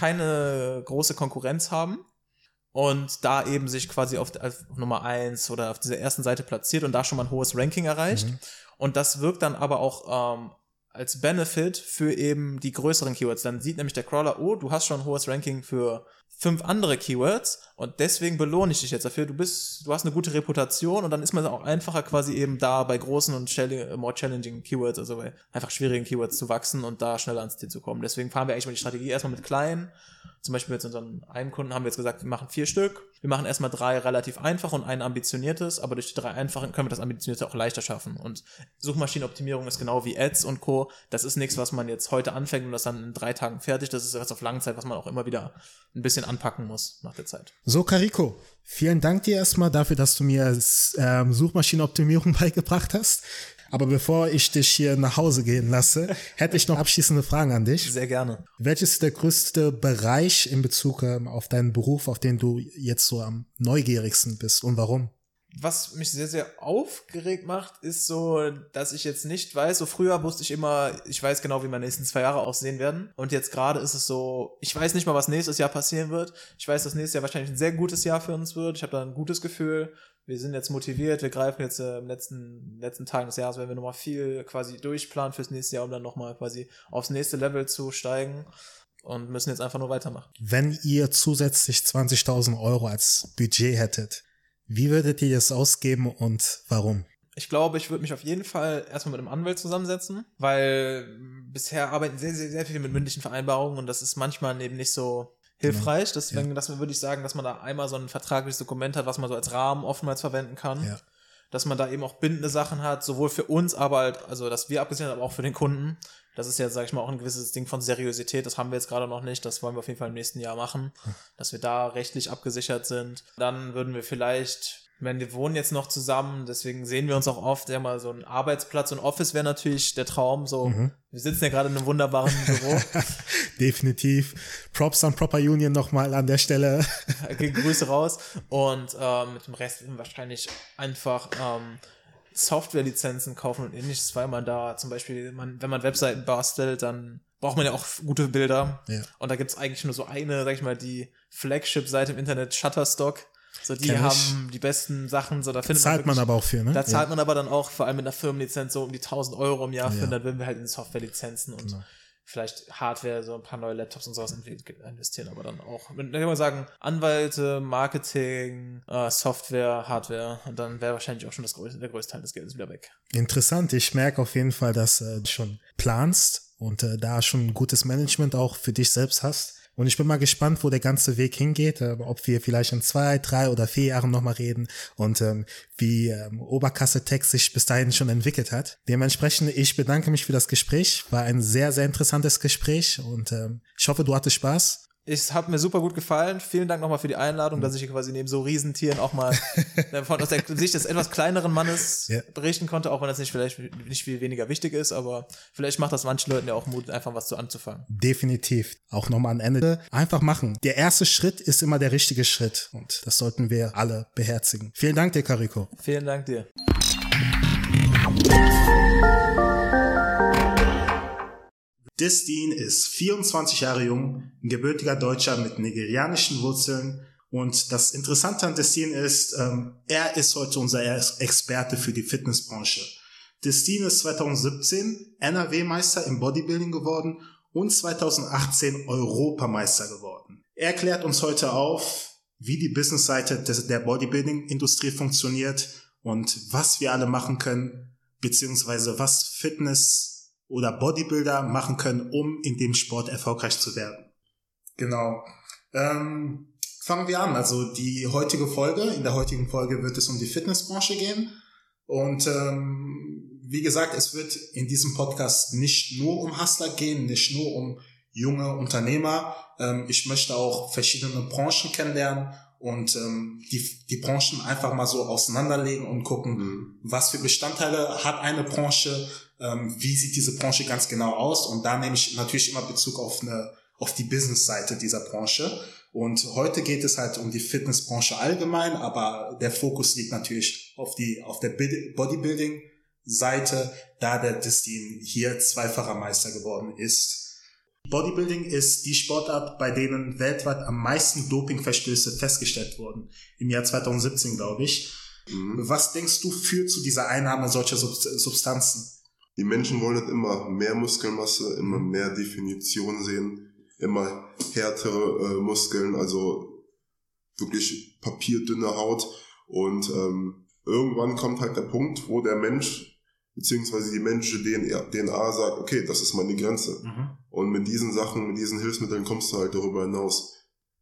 keine große Konkurrenz haben, und da eben sich quasi auf, auf Nummer eins oder auf dieser ersten Seite platziert und da schon mal ein hohes Ranking erreicht. Mhm. Und das wirkt dann aber auch ähm, als Benefit für eben die größeren Keywords. Dann sieht nämlich der Crawler, oh, du hast schon ein hohes Ranking für fünf andere Keywords, und deswegen belohne ich dich jetzt dafür. Du bist, du hast eine gute Reputation, und dann ist man auch einfacher quasi eben da bei großen und more challenging Keywords, also bei einfach schwierigen Keywords zu wachsen und da schneller ans Ziel zu kommen. Deswegen fahren wir eigentlich mal die Strategie erstmal mit kleinen, Zum Beispiel mit unseren einen Kunden haben wir jetzt gesagt, wir machen vier Stück. Wir machen erstmal drei relativ einfach und ein ambitioniertes, aber durch die drei einfachen können wir das ambitionierte auch leichter schaffen. Und Suchmaschinenoptimierung ist genau wie Ads und Co. Das ist nichts, was man jetzt heute anfängt und das dann in drei Tagen fertig. Das ist was auf lange Zeit, was man auch immer wieder ein bisschen anpacken muss nach der Zeit. So, Carico, vielen Dank dir erstmal dafür, dass du mir ähm, Suchmaschinenoptimierung beigebracht hast. Aber bevor ich dich hier nach Hause gehen lasse, hätte ich noch abschließende Fragen an dich. Sehr gerne. Welches ist der größte Bereich in Bezug ähm, auf deinen Beruf, auf den du jetzt so am neugierigsten bist und warum? Was mich sehr, sehr aufgeregt macht, ist so, dass ich jetzt nicht weiß, so früher wusste ich immer, ich weiß genau, wie meine nächsten zwei Jahre aussehen werden. Und jetzt gerade ist es so, ich weiß nicht mal, was nächstes Jahr passieren wird. Ich weiß, dass nächstes Jahr wahrscheinlich ein sehr gutes Jahr für uns wird. Ich habe da ein gutes Gefühl. Wir sind jetzt motiviert, wir greifen jetzt äh, im letzten, letzten Tagen des Jahres, werden wir nochmal viel quasi durchplanen fürs nächste Jahr, um dann nochmal quasi aufs nächste Level zu steigen und müssen jetzt einfach nur weitermachen. Wenn ihr zusätzlich zwanzigtausend Euro als Budget hättet, wie würdet ihr das ausgeben und warum? Ich glaube, ich würde mich auf jeden Fall erstmal mit einem Anwalt zusammensetzen, weil bisher arbeiten sehr, sehr, sehr viel mit mündlichen Vereinbarungen und das ist manchmal eben nicht so hilfreich. Genau. Deswegen, ja. das würde ich sagen, dass man da einmal so ein vertragliches Dokument hat, was man so als Rahmen oftmals verwenden kann. Ja. Dass man da eben auch bindende Sachen hat, sowohl für uns, aber halt, also dass wir abgesichert haben, aber auch für den Kunden. Das ist ja, sag ich mal, auch ein gewisses Ding von Seriosität. Das haben wir jetzt gerade noch nicht. Das wollen wir auf jeden Fall im nächsten Jahr machen, dass wir da rechtlich abgesichert sind. Dann würden wir vielleicht, ich meine, wir wohnen jetzt noch zusammen, deswegen sehen wir uns auch oft. Ja, mal so ein Arbeitsplatz und Office wäre natürlich der Traum. So, mhm. Wir sitzen ja gerade in einem wunderbaren Büro. Definitiv. Props an Proper Union nochmal an der Stelle. Okay, Grüße raus. Und ähm, mit dem Rest wahrscheinlich einfach ähm, Softwarelizenzen kaufen und ähnliches, weil man da zum Beispiel, man, wenn man Webseiten bastelt, dann braucht man ja auch gute Bilder. Ja. Und da gibt's eigentlich nur so eine, sag ich mal, die Flagship-Seite im Internet, Shutterstock. So, die haben die besten Sachen, so, da findet zahlt man, wirklich, man aber auch für, ne? Da zahlt ja. man aber dann auch, vor allem mit einer Firmenlizenz, so um die tausend Euro im Jahr für, ja. dann würden wir halt in Softwarelizenzen und genau. vielleicht Hardware, so ein paar neue Laptops und sowas investieren, aber dann auch, dann kann man sagen, Anwälte, Marketing, äh, Software, Hardware und dann wäre wahrscheinlich auch schon das größte, der größte Teil des Geldes wieder weg. Interessant, ich merke auf jeden Fall, dass äh, du schon planst und äh, da schon ein gutes Management auch für dich selbst hast. Und ich bin mal gespannt, wo der ganze Weg hingeht, äh, ob wir vielleicht in zwei, drei oder vier Jahren nochmal reden und ähm, wie ähm, Oberkasse Tech sich bis dahin schon entwickelt hat. Dementsprechend, ich bedanke mich für das Gespräch. War ein sehr, sehr interessantes Gespräch und ähm, ich hoffe, du hattest Spaß. Es hat mir super gut gefallen. Vielen Dank nochmal für die Einladung, mhm. dass ich hier quasi neben so Riesentieren auch mal von aus der Sicht des etwas kleineren Mannes ja. berichten konnte, auch wenn das nicht vielleicht nicht viel weniger wichtig ist, aber vielleicht macht das manchen Leuten ja auch Mut, einfach was zu anzufangen. Definitiv. Auch nochmal am Ende. Einfach machen. Der erste Schritt ist immer der richtige Schritt und das sollten wir alle beherzigen. Vielen Dank dir, Carico. Vielen Dank dir. Destin ist vierundzwanzig Jahre jung, ein gebürtiger Deutscher mit nigerianischen Wurzeln und das Interessante an Destin ist, ähm, er ist heute unser Experte für die Fitnessbranche. Destin ist zweitausendsiebzehn N R W-Meister im Bodybuilding geworden und zweitausendachtzehn Europameister geworden. Er klärt uns heute auf, wie die Businessseite des, der Bodybuilding-Industrie funktioniert und was wir alle machen können, beziehungsweise was Fitness oder Bodybuilder machen können, um in dem Sport erfolgreich zu werden. Genau. Ähm, fangen wir an. Also die heutige Folge, in der heutigen Folge wird es um die Fitnessbranche gehen. Und ähm, wie gesagt, es wird in diesem Podcast nicht nur um Hustler gehen, nicht nur um junge Unternehmer. Ähm, ich möchte auch verschiedene Branchen kennenlernen und ähm, die, die Branchen einfach mal so auseinanderlegen und gucken, mhm. was für Bestandteile hat eine Branche, ähm, wie sieht diese Branche ganz genau aus, und da nehme ich natürlich immer Bezug auf eine auf die Business-Seite dieser Branche. Und heute geht es halt um die Fitnessbranche allgemein, aber der Fokus liegt natürlich auf die auf der Bodybuilding-Seite, da der Destin hier zweifacher Meister geworden ist. Bodybuilding ist die Sportart, bei denen weltweit am meisten Dopingverstöße festgestellt wurden. Im Jahr zweitausendsiebzehn, glaube ich. Mhm. Was denkst du führt zu dieser Einnahme solcher Substanzen? Die Menschen wollen halt immer mehr Muskelmasse, immer mehr Definition sehen, immer härtere äh, Muskeln, also wirklich papierdünne Haut. Und ähm, irgendwann kommt halt der Punkt, wo der Mensch beziehungsweise die menschliche D N A sagt, okay, das ist meine Grenze. Mhm. Und und mit diesen Sachen, mit diesen Hilfsmitteln kommst du halt darüber hinaus.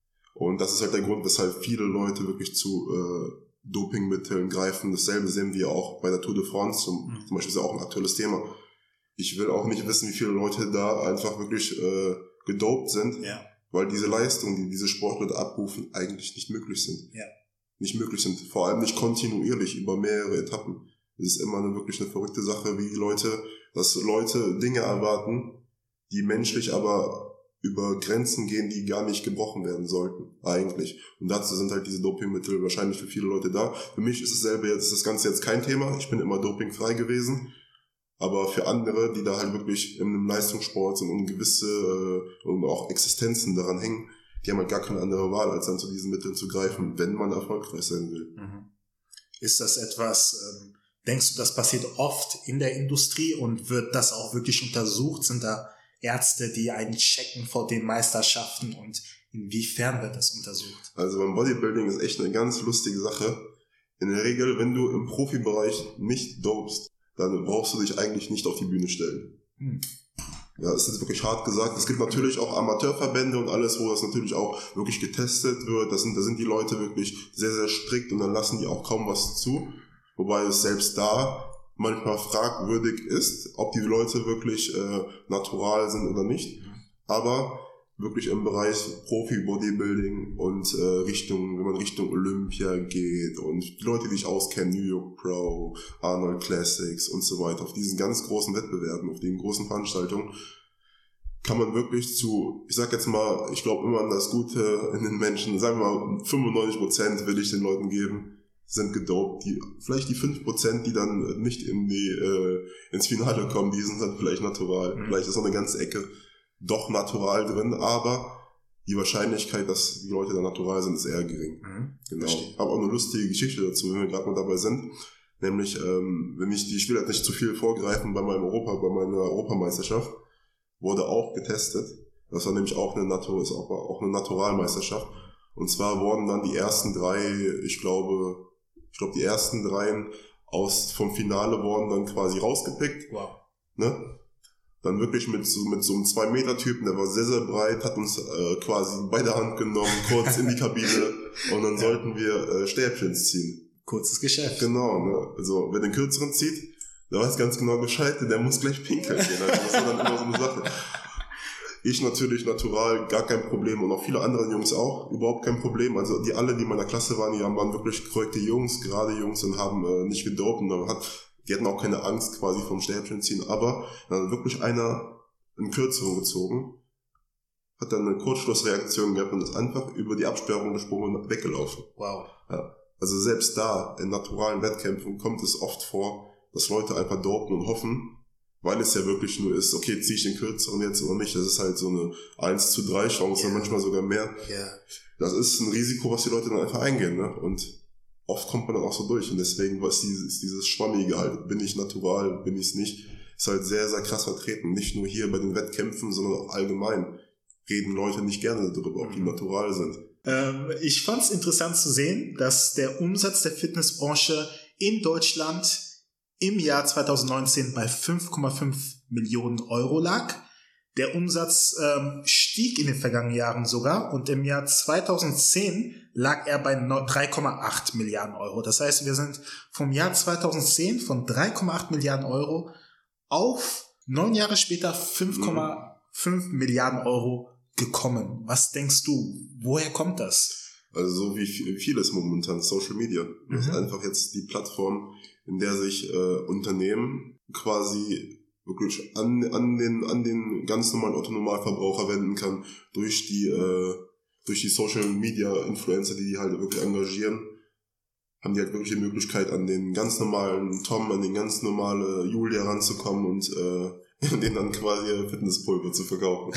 Und das ist halt der Grund, weshalb viele Leute wirklich zu äh, Dopingmitteln greifen. Dasselbe sehen wir auch bei der Tour de France, zum, mhm. zum Beispiel ist ja auch ein aktuelles Thema. Ich will auch nicht wissen, wie viele Leute da einfach wirklich äh, gedopt sind, ja. weil diese Leistungen, die diese Sportler abrufen, eigentlich nicht möglich sind. Ja. Nicht möglich sind. Vor allem nicht kontinuierlich über mehrere Etappen. Es ist immer eine, wirklich eine verrückte Sache, wie Leute, dass Leute Dinge erwarten, die menschlich aber über Grenzen gehen, die gar nicht gebrochen werden sollten, eigentlich. Und dazu sind halt diese Dopingmittel wahrscheinlich für viele Leute da. Für mich ist dasselbe jetzt, ist das Ganze jetzt kein Thema. Ich bin immer dopingfrei gewesen. Aber für andere, die da halt wirklich in einem Leistungssport sind und gewisse äh, und auch Existenzen daran hängen, die haben halt gar keine andere Wahl, als dann zu diesen Mitteln zu greifen, wenn man erfolgreich sein will. Mhm. Ist das etwas, ähm, denkst du, das passiert oft in der Industrie und wird das auch wirklich untersucht? Sind da Ärzte, die einen checken vor den Meisterschaften und inwiefern wird das untersucht? Also beim Bodybuilding ist echt eine ganz lustige Sache. In der Regel, wenn du im Profibereich nicht dopest, dann brauchst du dich eigentlich nicht auf die Bühne stellen. Hm. Ja, das ist wirklich hart gesagt. Es gibt natürlich auch Amateurverbände und alles, wo das natürlich auch wirklich getestet wird. Das sind, da sind die Leute wirklich sehr, sehr strikt und dann lassen die auch kaum was zu. Wobei es selbst da manchmal fragwürdig ist, ob die Leute wirklich äh, natural sind oder nicht. Aber wirklich im Bereich Profi-Bodybuilding und äh, Richtung, wenn man Richtung Olympia geht und die Leute, die sich auskennen, New York Pro, Arnold Classics und so weiter, auf diesen ganz großen Wettbewerben, auf den großen Veranstaltungen, kann man wirklich zu, ich sag jetzt mal, ich glaube immer an das Gute in den Menschen, sagen wir mal fünfundneunzig Prozent will ich den Leuten geben, sind gedopt. Die, vielleicht die fünf Prozent, die dann nicht in die äh, ins Finale kommen, die sind dann vielleicht natural. Mhm. Vielleicht ist noch eine ganze Ecke doch natural drin, aber die Wahrscheinlichkeit, dass die Leute da natural sind, ist eher gering. Mhm. Genau. Ich habe auch eine lustige Geschichte dazu, wenn wir gerade mal dabei sind. Nämlich, ähm, wenn ich die, ich will jetzt nicht zu viel vorgreifen, bei meinem Europa, bei meiner Europameisterschaft wurde auch getestet. Das war nämlich auch eine Natur, ist auch, auch eine Naturalmeisterschaft. Und zwar wurden dann die ersten drei, ich glaube, ich glaube die ersten dreien aus vom Finale wurden dann quasi rausgepickt. Wow. Ne? Dann wirklich mit so, mit so einem zwei Meter Typen, der war sehr, sehr breit, hat uns äh, quasi bei der Hand genommen, kurz in die Kabine und dann ja. sollten wir äh, Stäbchens ziehen. Kurzes Geschäft. Genau, ne? Also wer den kürzeren zieht, der weiß ganz genau Bescheid, der muss gleich pinkeln gehen. Also das war dann immer so eine Sache. Ich natürlich natural, gar kein Problem und auch viele andere Jungs auch, überhaupt kein Problem. Also die alle, die in meiner Klasse waren, die waren wirklich korrekte Jungs, gerade Jungs und haben äh, nicht gedopt und hat die hatten auch keine Angst quasi vom Stäbchen ziehen, aber dann hat wirklich einer einen kürzeren gezogen, hat dann eine Kurzschlussreaktion gehabt und ist einfach über die Absperrung gesprungen und weggelaufen. Wow. Ja. Also selbst da, in naturalen Wettkämpfen, kommt es oft vor, dass Leute einfach dopen und hoffen, weil es ja wirklich nur ist, okay, ziehe ich den kürzeren jetzt oder nicht. Das ist halt so eine eins zu drei Chance, yeah. manchmal sogar mehr. Yeah. Das ist ein Risiko, was die Leute dann einfach eingehen, ne? Und oft kommt man dann auch so durch und deswegen was dieses, ist dieses Schwammige halt, bin ich natural, bin ich es nicht, ist halt sehr, sehr krass vertreten. Nicht nur hier bei den Wettkämpfen, sondern auch allgemein reden Leute nicht gerne darüber, ob die natural sind. Ähm, ich fand es interessant zu sehen, dass der Umsatz der Fitnessbranche in Deutschland im Jahr zwanzig neunzehn bei fünf Komma fünf Millionen Euro lag. Der Umsatz ähm, stieg in den vergangenen Jahren sogar und im Jahr zwanzig zehn lag er bei drei Komma acht Milliarden Euro. Das heißt, wir sind vom Jahr zwanzig zehn von drei Komma acht Milliarden Euro auf neun Jahre später fünf Komma fünf mhm. Milliarden Euro gekommen. Was denkst du, woher kommt das? Also so wie vieles momentan, Social Media. Mhm. Das ist einfach jetzt die Plattform, in der sich äh, Unternehmen quasi wirklich an, an den, an den ganz normalen Otto-Normalverbraucher wenden kann, durch die, äh, durch die Social-Media-Influencer, die die halt wirklich engagieren, haben die halt wirklich die Möglichkeit, an den ganz normalen Tom, an den ganz normale Julia ranzukommen und, äh, denen dann quasi Fitnesspulver zu verkaufen.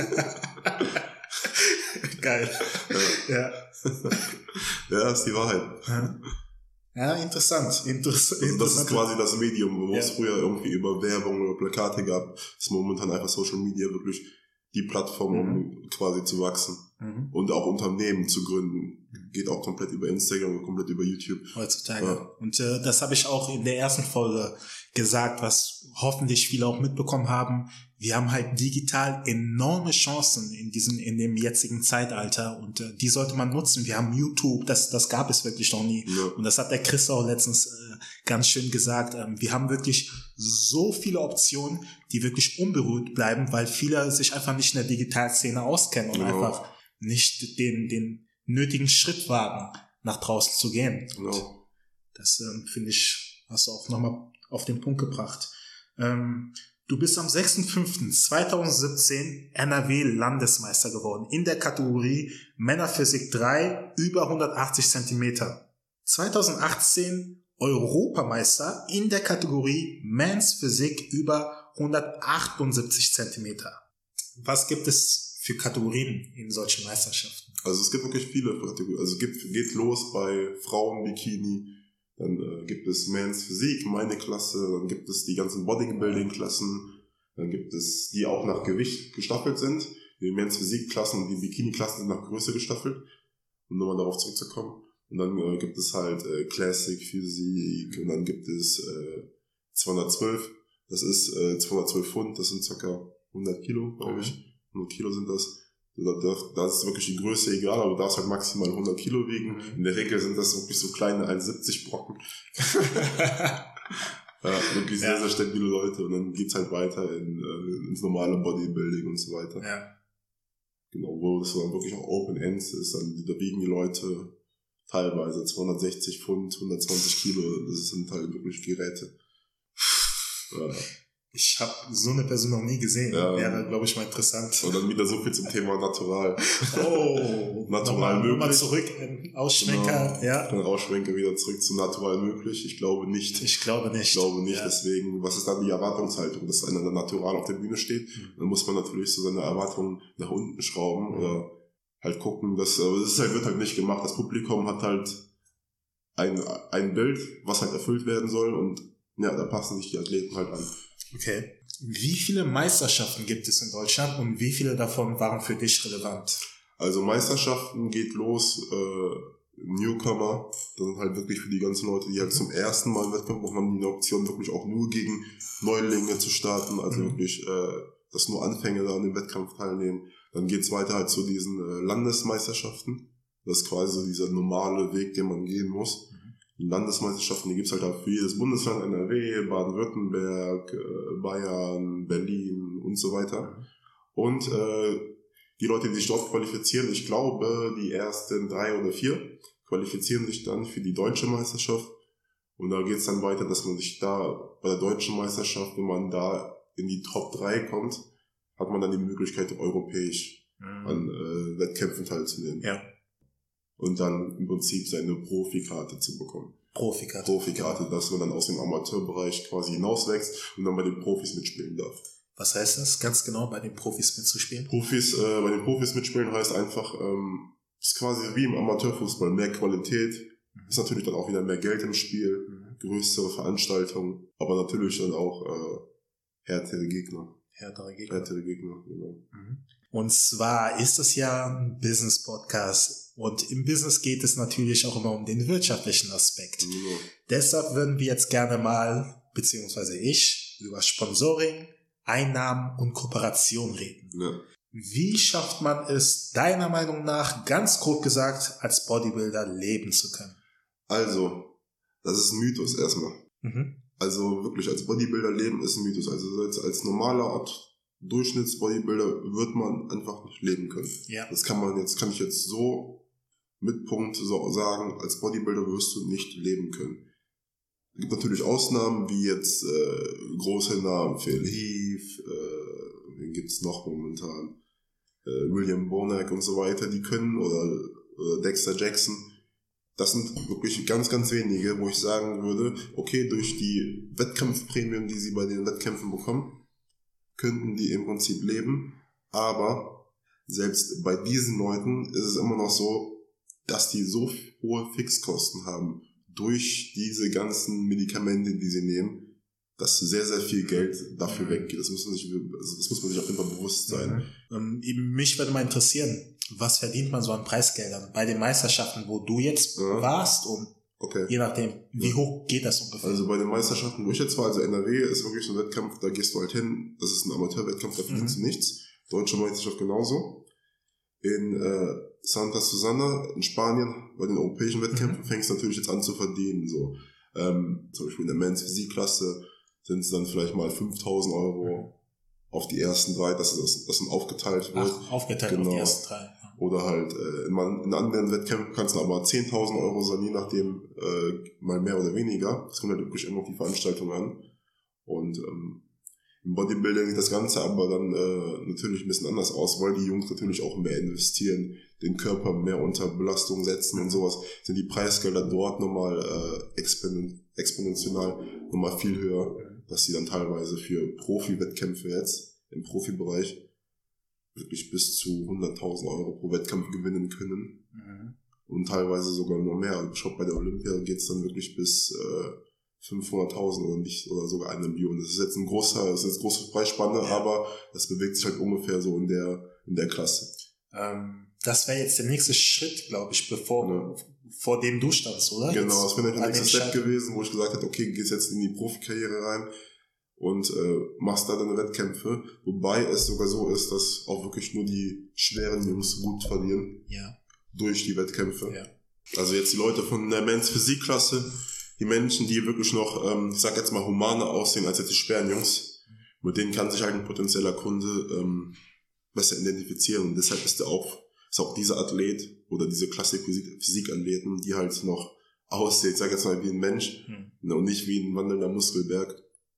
Geil. Ja. Ja. Ja, ist die Wahrheit. Ja, interessant. Interess- also das ist quasi das Medium, wo ja. es früher irgendwie über Werbung oder Plakate gab, ist momentan einfach Social Media wirklich die Plattform, um mhm. quasi zu wachsen mhm. und auch Unternehmen zu gründen. geht auch komplett über Instagram und komplett über YouTube. Heutzutage. Ja. Und äh, das habe ich auch in der ersten Folge gesagt, was hoffentlich viele auch mitbekommen haben. Wir haben halt digital enorme Chancen in diesem, in dem jetzigen Zeitalter und äh, die sollte man nutzen. Wir haben YouTube, das, das gab es wirklich noch nie. Ja. Und das hat der Chris auch letztens äh, ganz schön gesagt. Ähm, wir haben wirklich so viele Optionen, die wirklich unberührt bleiben, weil viele sich einfach nicht in der Digitalszene auskennen und ja. einfach nicht den, den nötigen Schritt wagen, nach draußen zu gehen. Ja. Das ähm, finde ich, hast du auch nochmal auf den Punkt gebracht. Ähm, Du bist am sechster fünfter zweitausendsiebzehn N R W-Landesmeister geworden in der Kategorie Männerphysik drei über hundertachtzig Zentimeter. zweitausendachtzehn Europameister in der Kategorie Men's Physik über hundertachtundsiebzig Zentimeter. Was gibt es für Kategorien in solchen Meisterschaften? Also es gibt wirklich viele Kategorien. Also es gibt, geht los bei Frauen-Bikini. Dann äh, gibt es Men's Physik, meine Klasse, dann gibt es die ganzen Bodybuilding-Klassen, dann gibt es die auch nach Gewicht gestaffelt sind. Die Men's Physik-Klassen und die Bikini-Klassen sind nach Größe gestaffelt, um nochmal darauf zurückzukommen. Und dann äh, gibt es halt äh, Classic Physik und dann gibt es äh, zweihundertzwölf, das ist äh, zweihundertzwölf Pfund, das sind ca. hundert Kilo, glaube ich. hundert Kilo sind das. Da ist wirklich die Größe egal, aber du darfst halt maximal hundert Kilo wiegen. In der Regel sind das wirklich so kleine eins Komma siebzig Brocken. Ja, wirklich sehr, ja. sehr stabile Leute. Und dann geht's halt weiter in, äh, ins normale Bodybuilding und so weiter. Ja. Genau, wo es dann wirklich auch Open Ends ist. Dann, da wiegen die Leute teilweise zweihundertsechzig Pfund, hundertzwanzig Kilo. Das sind halt wirklich Geräte. Ja. Ich habe so eine Person noch nie gesehen. Ja. Wäre, glaube ich, mal interessant. Und dann wieder so viel zum Thema Natural. Oh, Natural möglich. Nochmal zurück, in Ausschwenker. Genau. Ja. Dann Ausschwenker wieder zurück zum Natural möglich. Ich glaube nicht. Ich glaube nicht. Ich glaube nicht. Ja. Deswegen, was ist dann die Erwartungshaltung, dass einer dann Natural auf der Bühne steht? Mhm. Dann muss man natürlich so seine Erwartungen nach unten schrauben mhm. oder halt gucken, dass, aber das ist halt, wird halt nicht gemacht. Das Publikum hat halt ein, ein Bild, was halt erfüllt werden soll und ja, da passen sich die Athleten halt an. Okay. Wie viele Meisterschaften gibt es in Deutschland und wie viele davon waren für dich relevant? Also Meisterschaften geht los, äh, Newcomer, das sind halt wirklich für die ganzen Leute, die halt zum ersten Mal im Wettkampf machen, haben die eine Option, wirklich auch nur gegen Neulinge zu starten, also mhm. wirklich, äh, dass nur Anfänger da an dem Wettkampf teilnehmen. Dann geht's weiter halt zu diesen äh, Landesmeisterschaften, das ist quasi so dieser normale Weg, den man gehen muss. Landesmeisterschaften, die gibt's halt auch für jedes Bundesland, N R W, Baden-Württemberg, äh, Bayern, Berlin und so weiter. Und äh, die Leute, die sich dort qualifizieren, ich glaube, die ersten drei oder vier qualifizieren sich dann für die deutsche Meisterschaft. Und da geht's dann weiter, dass man sich da bei der deutschen Meisterschaft, wenn man da in die Top drei kommt, hat man dann die Möglichkeit, europäisch mhm. an äh, Wettkämpfen teilzunehmen. Ja. Und dann im Prinzip seine Profikarte zu bekommen. Profikarte. Profikarte, dass man dann aus dem Amateurbereich quasi hinauswächst und dann bei den Profis mitspielen darf. Was heißt das ganz genau, bei den Profis mitzuspielen? Profis, äh, bei den Profis mitspielen heißt einfach, ähm, ist quasi wie im Amateurfußball, mehr Qualität, mhm. ist natürlich dann auch wieder mehr Geld im Spiel, mhm. größere Veranstaltungen, aber natürlich dann auch äh, härtere Gegner. Härtere Gegner. Härtere Gegner, genau. Mhm. Und zwar ist es ja ein Business-Podcast und im Business geht es natürlich auch immer um den wirtschaftlichen Aspekt. Ja. Deshalb würden wir jetzt gerne mal, beziehungsweise ich, über Sponsoring, Einnahmen und Kooperation reden. Ja. Wie schafft man es, deiner Meinung nach, ganz grob gesagt, als Bodybuilder leben zu können? Also, das ist ein Mythos erstmal. Mhm. Also wirklich als Bodybuilder leben ist ein Mythos. Also als, als normaler Art Durchschnittsbodybuilder wird man einfach nicht leben können. Ja. Das kann man jetzt, kann ich jetzt so mit Punkt so sagen, als Bodybuilder wirst du nicht leben können. Es gibt natürlich Ausnahmen, wie jetzt äh, große Namen, Phil Heath, äh, wen gibt's noch momentan, äh, William Bonac und so weiter, die können, oder, oder Dexter Jackson. Das sind wirklich ganz, ganz wenige, wo ich sagen würde, okay, durch die Wettkampfprämien, die sie bei den Wettkämpfen bekommen, könnten die im Prinzip leben, aber selbst bei diesen Leuten ist es immer noch so, dass die so hohe Fixkosten haben durch diese ganzen Medikamente, die sie nehmen, dass sehr, sehr viel Geld dafür weggeht. Das muss man sich, das muss man sich auf jeden Fall bewusst sein. Mhm. Ähm, mich würde mal interessieren, Was verdient man so an Preisgeldern bei den Meisterschaften, wo du jetzt ja. warst und okay. je nachdem, wie ja. hoch geht das ungefähr? Also bei den Meisterschaften, wo ich jetzt war, also N R W ist wirklich ein Wettkampf, da gehst du halt hin, das ist ein Amateurwettkampf, da verdienst mhm. du nichts. Deutsche Meisterschaft genauso. In äh, Santa Susana in Spanien, bei den europäischen Wettkämpfen, mhm. fängst du natürlich jetzt an zu verdienen. So. Ähm, zum Beispiel in der Men's Physikklasse sind es dann vielleicht mal fünftausend Euro mhm. auf die ersten drei, dass das, das dann aufgeteilt wird. Ach, aufgeteilt genau. auf die ersten drei. Ja. Oder halt äh, in, man, in anderen Wettkämpfen kannst du aber zehntausend Euro sein, je nachdem äh, mal mehr oder weniger. Das kommt halt wirklich immer auf die Veranstaltung an. Und ähm, im Bodybuilding sieht das Ganze aber dann äh, natürlich ein bisschen anders aus, weil die Jungs natürlich auch mehr investieren, den Körper mehr unter Belastung setzen und sowas, sind die Preisgelder dort nochmal äh, exponen- exponentiell nochmal viel höher, dass sie dann teilweise für Profi-Wettkämpfe jetzt im Profibereich wirklich bis zu hunderttausend Euro pro Wettkampf gewinnen können. Mhm. Und teilweise sogar noch mehr. Also ich glaube, bei der Olympia geht's dann wirklich bis äh, fünfhunderttausend oder nicht, oder sogar eine Million. Das ist jetzt ein großer, das ist jetzt große Preisspanne, ja. aber das bewegt sich halt ungefähr so in der, in der Klasse. Ähm, das wäre jetzt der nächste Schritt, glaube ich, bevor, ja. vor dem du standst, oder? Genau, das wäre der nächste Step gewesen, wo ich gesagt hätte, okay, gehst jetzt in die Profikarriere rein und äh, machst da deine Wettkämpfe, wobei es sogar so ist, dass auch wirklich nur die schweren Jungs gut verlieren. Ja. Durch die Wettkämpfe. Ja. Also jetzt die Leute von der Men's Physikklasse, die Menschen, die wirklich noch, ähm, ich sag jetzt mal, humaner aussehen als jetzt die schweren Jungs, mit denen kann sich halt ein potenzieller Kunde ähm, besser identifizieren. Und deshalb ist der auch, ist auch dieser Athlet oder diese Klassik-Physik-Athleten, die halt noch aussehen, ich sag jetzt mal, wie ein Mensch hm. und nicht wie ein wandelnder Muskelberg,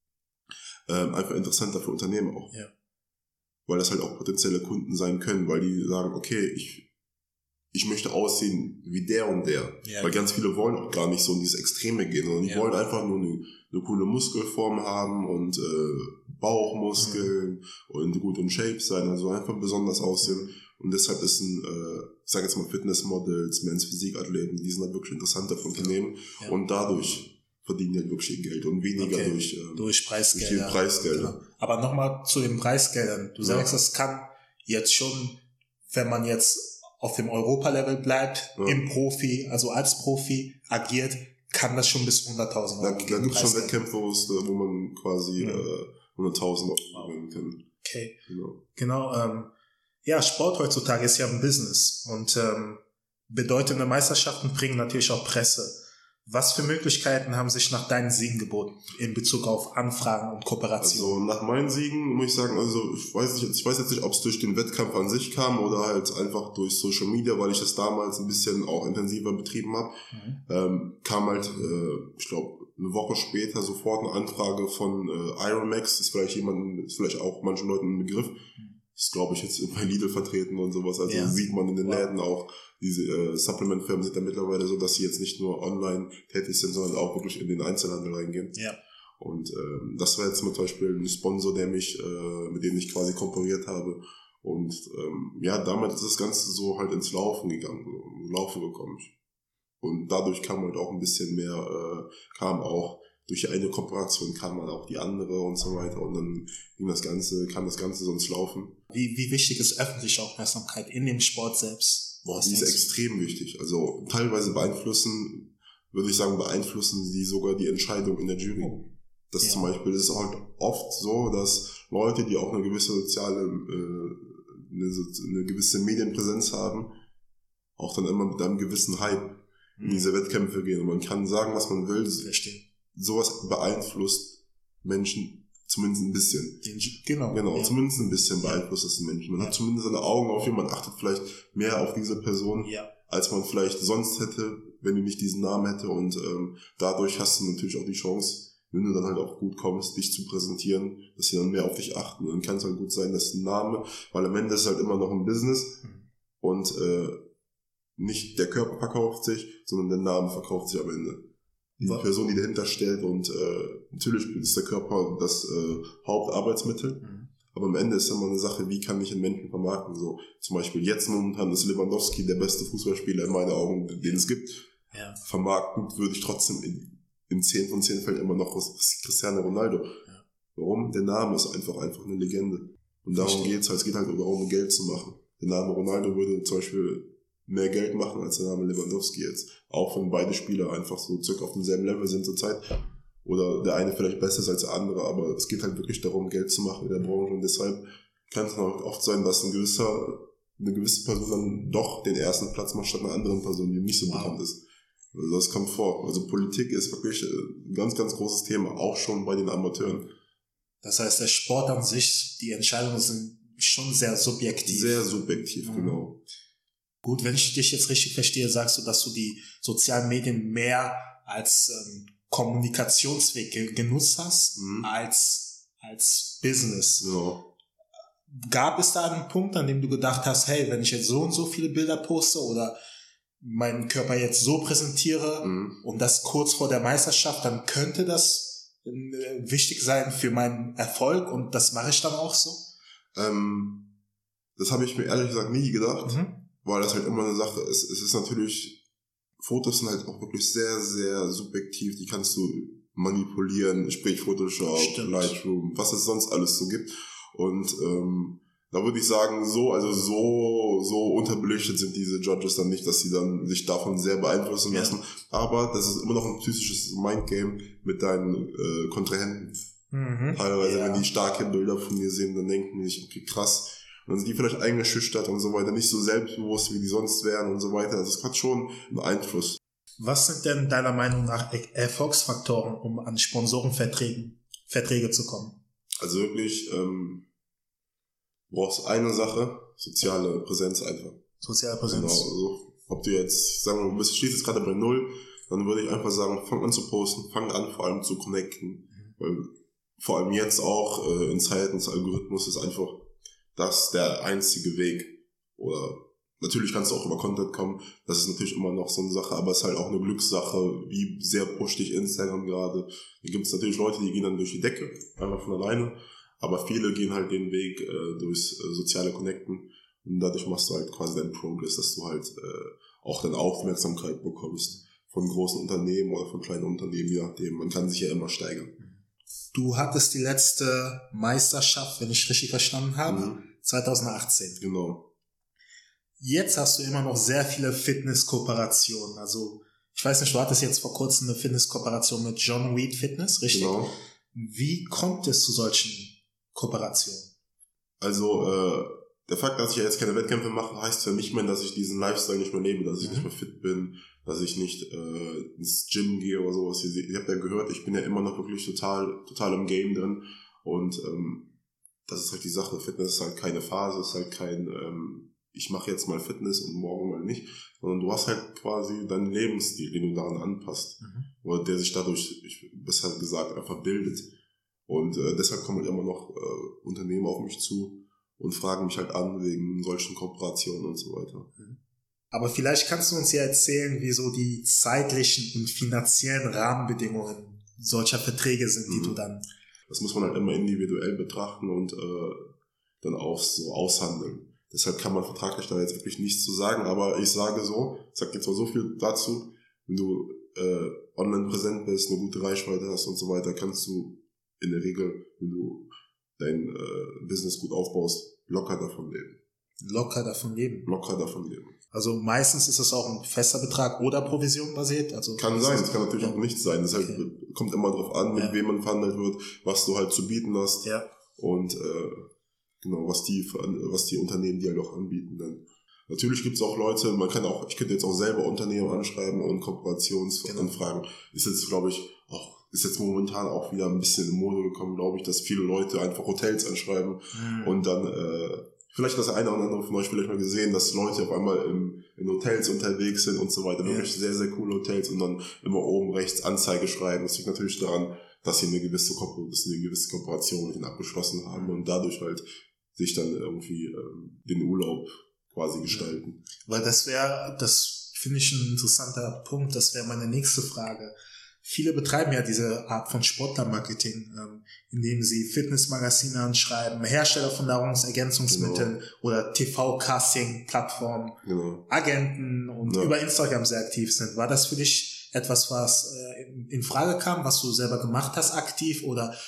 ähm, einfach interessanter für Unternehmen auch. Ja. Weil das halt auch potenzielle Kunden sein können, weil die sagen, okay, ich ich möchte aussehen wie der und der. Ja, weil ganz viele wollen auch gar nicht so in dieses Extreme gehen, sondern die ja. wollen einfach nur eine, eine coole Muskelform haben und äh, Bauchmuskeln mhm. und gut in Shape sein, also einfach besonders aussehen. Und deshalb ist ein, äh, ich sage jetzt mal Fitnessmodels, Men's Physikathleten, die sind halt wirklich interessanter für Unternehmen ja. und dadurch verdienen die halt wirklich ihr Geld und weniger okay. durch, ähm, durch Preisgelder. Durch die Preisgelder. Genau. Aber nochmal zu den Preisgeldern. Du sagst, ja. das kann jetzt schon, wenn man jetzt auf dem Europa-Level bleibt, ja. im Profi, also als Profi agiert, kann das schon bis hunderttausend Euro gehen. Da, da gibt es schon Wettkämpfe, wo man quasi ja. äh, hunderttausend Euro gewinnen kann. Okay, genau. genau ähm, ja, Sport heutzutage ist ja ein Business und ähm, bedeutende Meisterschaften bringen natürlich auch Presse. Was für Möglichkeiten haben sich nach deinen Siegen geboten in Bezug auf Anfragen und Kooperationen? Also nach meinen Siegen muss ich sagen, also ich weiß nicht, ich weiß jetzt nicht, ob es durch den Wettkampf an sich kam oder halt einfach durch Social Media, weil ich das damals ein bisschen auch intensiver betrieben habe, mhm. ähm, kam halt, äh, ich glaube, eine Woche später sofort eine Anfrage von äh, Ironmax, ist vielleicht jemand, ist vielleicht auch manchen Leuten ein Begriff, mhm. ist glaube ich jetzt bei Lidl vertreten und sowas, also ja. sieht man in den Läden auch. Diese äh, Supplement-Firmen sind da mittlerweile so, dass sie jetzt nicht nur online tätig sind, sondern auch wirklich in den Einzelhandel reingehen. Ja. Und ähm, das war jetzt zum Beispiel ein Sponsor, der mich, äh, mit dem ich quasi kooperiert habe. Und ähm, ja, damit ist das Ganze so halt ins Laufen gegangen, so, ins Laufen gekommen. Und dadurch kam halt auch ein bisschen mehr, äh, kam auch durch die eine Kooperation kam dann auch die andere und so weiter. Und dann ging das Ganze, kam das Ganze so ins Laufen. Wie, wie wichtig ist öffentliche Aufmerksamkeit in dem Sport selbst? Boah, die ist extrem wichtig. Also teilweise beeinflussen, würde ich sagen, beeinflussen sie sogar die Entscheidung in der Jury. Das ja. zum Beispiel ist halt oft so, dass Leute, die auch eine gewisse soziale, äh, eine, eine gewisse Medienpräsenz haben, auch dann immer mit einem gewissen Hype mhm. in diese Wettkämpfe gehen. Und man kann sagen, was man will. Verstehe. Sowas beeinflusst Menschen zumindest ein bisschen. Genau. Genau, ja. zumindest ein bisschen beeinflusst es den Menschen. Man ja. hat zumindest seine Augen auf ihn, man achtet vielleicht mehr auf diese Person, ja. als man vielleicht sonst hätte, wenn die nicht diesen Namen hätte. Und ähm, dadurch hast du natürlich auch die Chance, wenn du dann halt auch gut kommst, dich zu präsentieren, dass sie dann mehr auf dich achten. Und dann kann es halt gut sein, dass ein Name, weil am Ende ist es halt immer noch ein Business mhm. und äh, nicht der Körper verkauft sich, sondern der Name verkauft sich am Ende. Die Was? Person, die dahinter steht und äh, natürlich ist der Körper das äh, Hauptarbeitsmittel, mhm. aber am Ende ist immer eine Sache, wie kann ich einen Menschen vermarkten. So zum Beispiel jetzt momentan ist Lewandowski der beste Fußballspieler in meinen Augen, den es gibt. Ja. Vermarkten würde ich trotzdem in, in zehn von zehn Fällen immer noch Cristiano Ronaldo. Ja. Warum? Der Name ist einfach einfach eine Legende. Und darum geht's halt, es geht halt darum, Geld zu machen. der Name Ronaldo würde zum Beispiel mehr Geld machen als der Name Lewandowski jetzt. Auch wenn beide Spieler einfach so circa auf demselben Level sind zurzeit. Oder der eine vielleicht besser ist als der andere, aber es geht halt wirklich darum, Geld zu machen in der Branche und deshalb kann es auch oft sein, dass ein gewisser, eine gewisse Person dann doch den ersten Platz macht statt einer anderen Person, die nicht so wow. bekannt ist. Also das kommt vor. Also Politik ist wirklich ein ganz, ganz großes Thema, auch schon bei den Amateuren. Das heißt, der Sport an sich, die Entscheidungen sind schon sehr subjektiv. Sehr subjektiv, mhm. genau. Gut, wenn ich dich jetzt richtig verstehe, sagst du, dass du die sozialen Medien mehr als ähm, Kommunikationsweg ge- genutzt hast, mhm. als, als Business. Ja. Gab es da einen Punkt, an dem du gedacht hast, hey, wenn ich jetzt so und so viele Bilder poste oder meinen Körper jetzt so präsentiere mhm. und das kurz vor der Meisterschaft, dann könnte das äh, wichtig sein für meinen Erfolg und das mache ich dann auch so? Ähm, das habe ich mir ehrlich gesagt nie gedacht, mhm. weil das halt immer eine Sache ist. Es ist natürlich, Fotos sind halt auch wirklich sehr, sehr subjektiv, die kannst du manipulieren, sprich Photoshop, Stimmt. Lightroom, was es sonst alles so gibt. Und ähm, da würde ich sagen, so, also so, so unterbelichtet sind diese Judges dann nicht, dass sie dann sich davon sehr beeinflussen lassen. Ja. Aber das ist immer noch ein psychisches Mindgame mit deinen äh, Kontrahenten. Mhm. Teilweise, ja. wenn die starke Bilder von dir sehen, dann denken die sich, okay, krass. Und dann sind die vielleicht eingeschüchtert und so weiter, nicht so selbstbewusst, wie die sonst wären und so weiter. Also es hat schon einen Einfluss. Was sind denn deiner Meinung nach Erfolgsfaktoren, um an Sponsorenverträge Verträge zu kommen? Also wirklich, ähm, du brauchst eine Sache, soziale Präsenz einfach. Soziale Präsenz. Genau, also ob du jetzt, sagen wir mal, du bist, stehst jetzt gerade bei Null, dann würde ich einfach sagen, fang an zu posten, fang an vor allem zu connecten. Mhm. Weil vor allem jetzt auch äh, in Zeiten des Algorithmus ist einfach das der einzige Weg. Oder natürlich kannst du auch über Content kommen, das ist natürlich immer noch so eine Sache, aber es ist halt auch eine Glückssache, wie sehr pusht dich Instagram gerade. Hier gibt es natürlich Leute, die gehen dann durch die Decke, einfach von alleine, aber viele gehen halt den Weg äh, durchs äh, soziale Connecten und dadurch machst du halt quasi deinen Progress, dass du halt äh, auch dann Aufmerksamkeit bekommst von großen Unternehmen oder von kleinen Unternehmen, je nachdem. Man kann sich ja immer steigern. Du hattest die letzte Meisterschaft, wenn ich richtig verstanden habe, mhm. zwanzig achtzehn. Genau. Jetzt hast du immer noch sehr viele Fitness-Kooperationen. Also, ich weiß nicht, du hattest jetzt vor kurzem eine Fitness-Kooperation mit John Reed Fitness, richtig? Genau. Wie kommt es zu solchen Kooperationen? Also, äh, der Fakt, dass ich ja jetzt keine Wettkämpfe mache, heißt für mich mehr, dass ich diesen Lifestyle nicht mehr lebe, dass ich mhm. nicht mehr fit bin, dass ich nicht äh, ins Gym gehe oder sowas. Ihr habt ja gehört, ich bin ja immer noch wirklich total, total im Game drin und ähm, das ist halt die Sache. Fitness ist halt keine Phase, ist halt kein ähm, ich mache jetzt mal Fitness und morgen mal nicht, sondern du hast halt quasi deinen Lebensstil, den du daran anpasst, mhm. oder der sich dadurch, ich, besser gesagt, einfach bildet. Und äh, deshalb kommen halt immer noch äh, Unternehmen auf mich zu und fragen mich halt an wegen solchen Kooperationen und so weiter. Aber vielleicht kannst du uns ja erzählen, wie so die zeitlichen und finanziellen Rahmenbedingungen solcher Verträge sind, die mhm. du dann... Das muss man halt immer individuell betrachten und äh, dann auch so aushandeln. Deshalb kann man vertraglich da jetzt wirklich nichts zu sagen, aber ich sage so, ich sage jetzt mal so viel dazu, wenn du äh, online präsent bist, eine gute Reichweite hast und so weiter, kannst du in der Regel, wenn du dein äh, Business gut aufbaust, locker davon leben. Locker davon leben? Locker davon leben. Also meistens ist es auch ein fester Betrag oder Provision basiert? Also kann sein, es kann natürlich ja. auch nichts sein. Das okay. halt, kommt immer drauf an, mit ja. wem man verhandelt wird, was du halt zu bieten hast ja. und äh, genau, was die, was die Unternehmen dir halt auch anbieten dann. Natürlich gibt's auch Leute, man kann auch, ich könnte jetzt auch selber Unternehmen anschreiben und Kooperationsanfragen. Genau. Ist jetzt, glaube ich, auch, ist jetzt momentan auch wieder ein bisschen in Mode gekommen, glaube ich, dass viele Leute einfach Hotels anschreiben mhm. und dann, äh, vielleicht das eine oder andere von euch vielleicht mal gesehen, dass Leute auf einmal im, in Hotels unterwegs sind und so weiter, ja. wirklich sehr, sehr coole Hotels und dann immer oben rechts Anzeige schreiben. Das liegt natürlich daran, dass sie eine gewisse, Ko- dass sie eine gewisse Kooperation mit ihnen abgeschlossen haben und dadurch halt sich dann irgendwie ähm, den Urlaub quasi gestalten. Weil das wäre, das finde ich ein interessanter Punkt, das wäre meine nächste Frage. Viele betreiben ja diese Art von Sportlermarketing, ähm, indem sie Fitnessmagazine anschreiben, Hersteller von Nahrungsergänzungsmitteln genau. oder T V-Casting-Plattformen, genau. Agenten und ja. über Instagram sehr aktiv sind. War das für dich etwas, was äh, in, in Frage kam, was du selber gemacht hast aktiv oder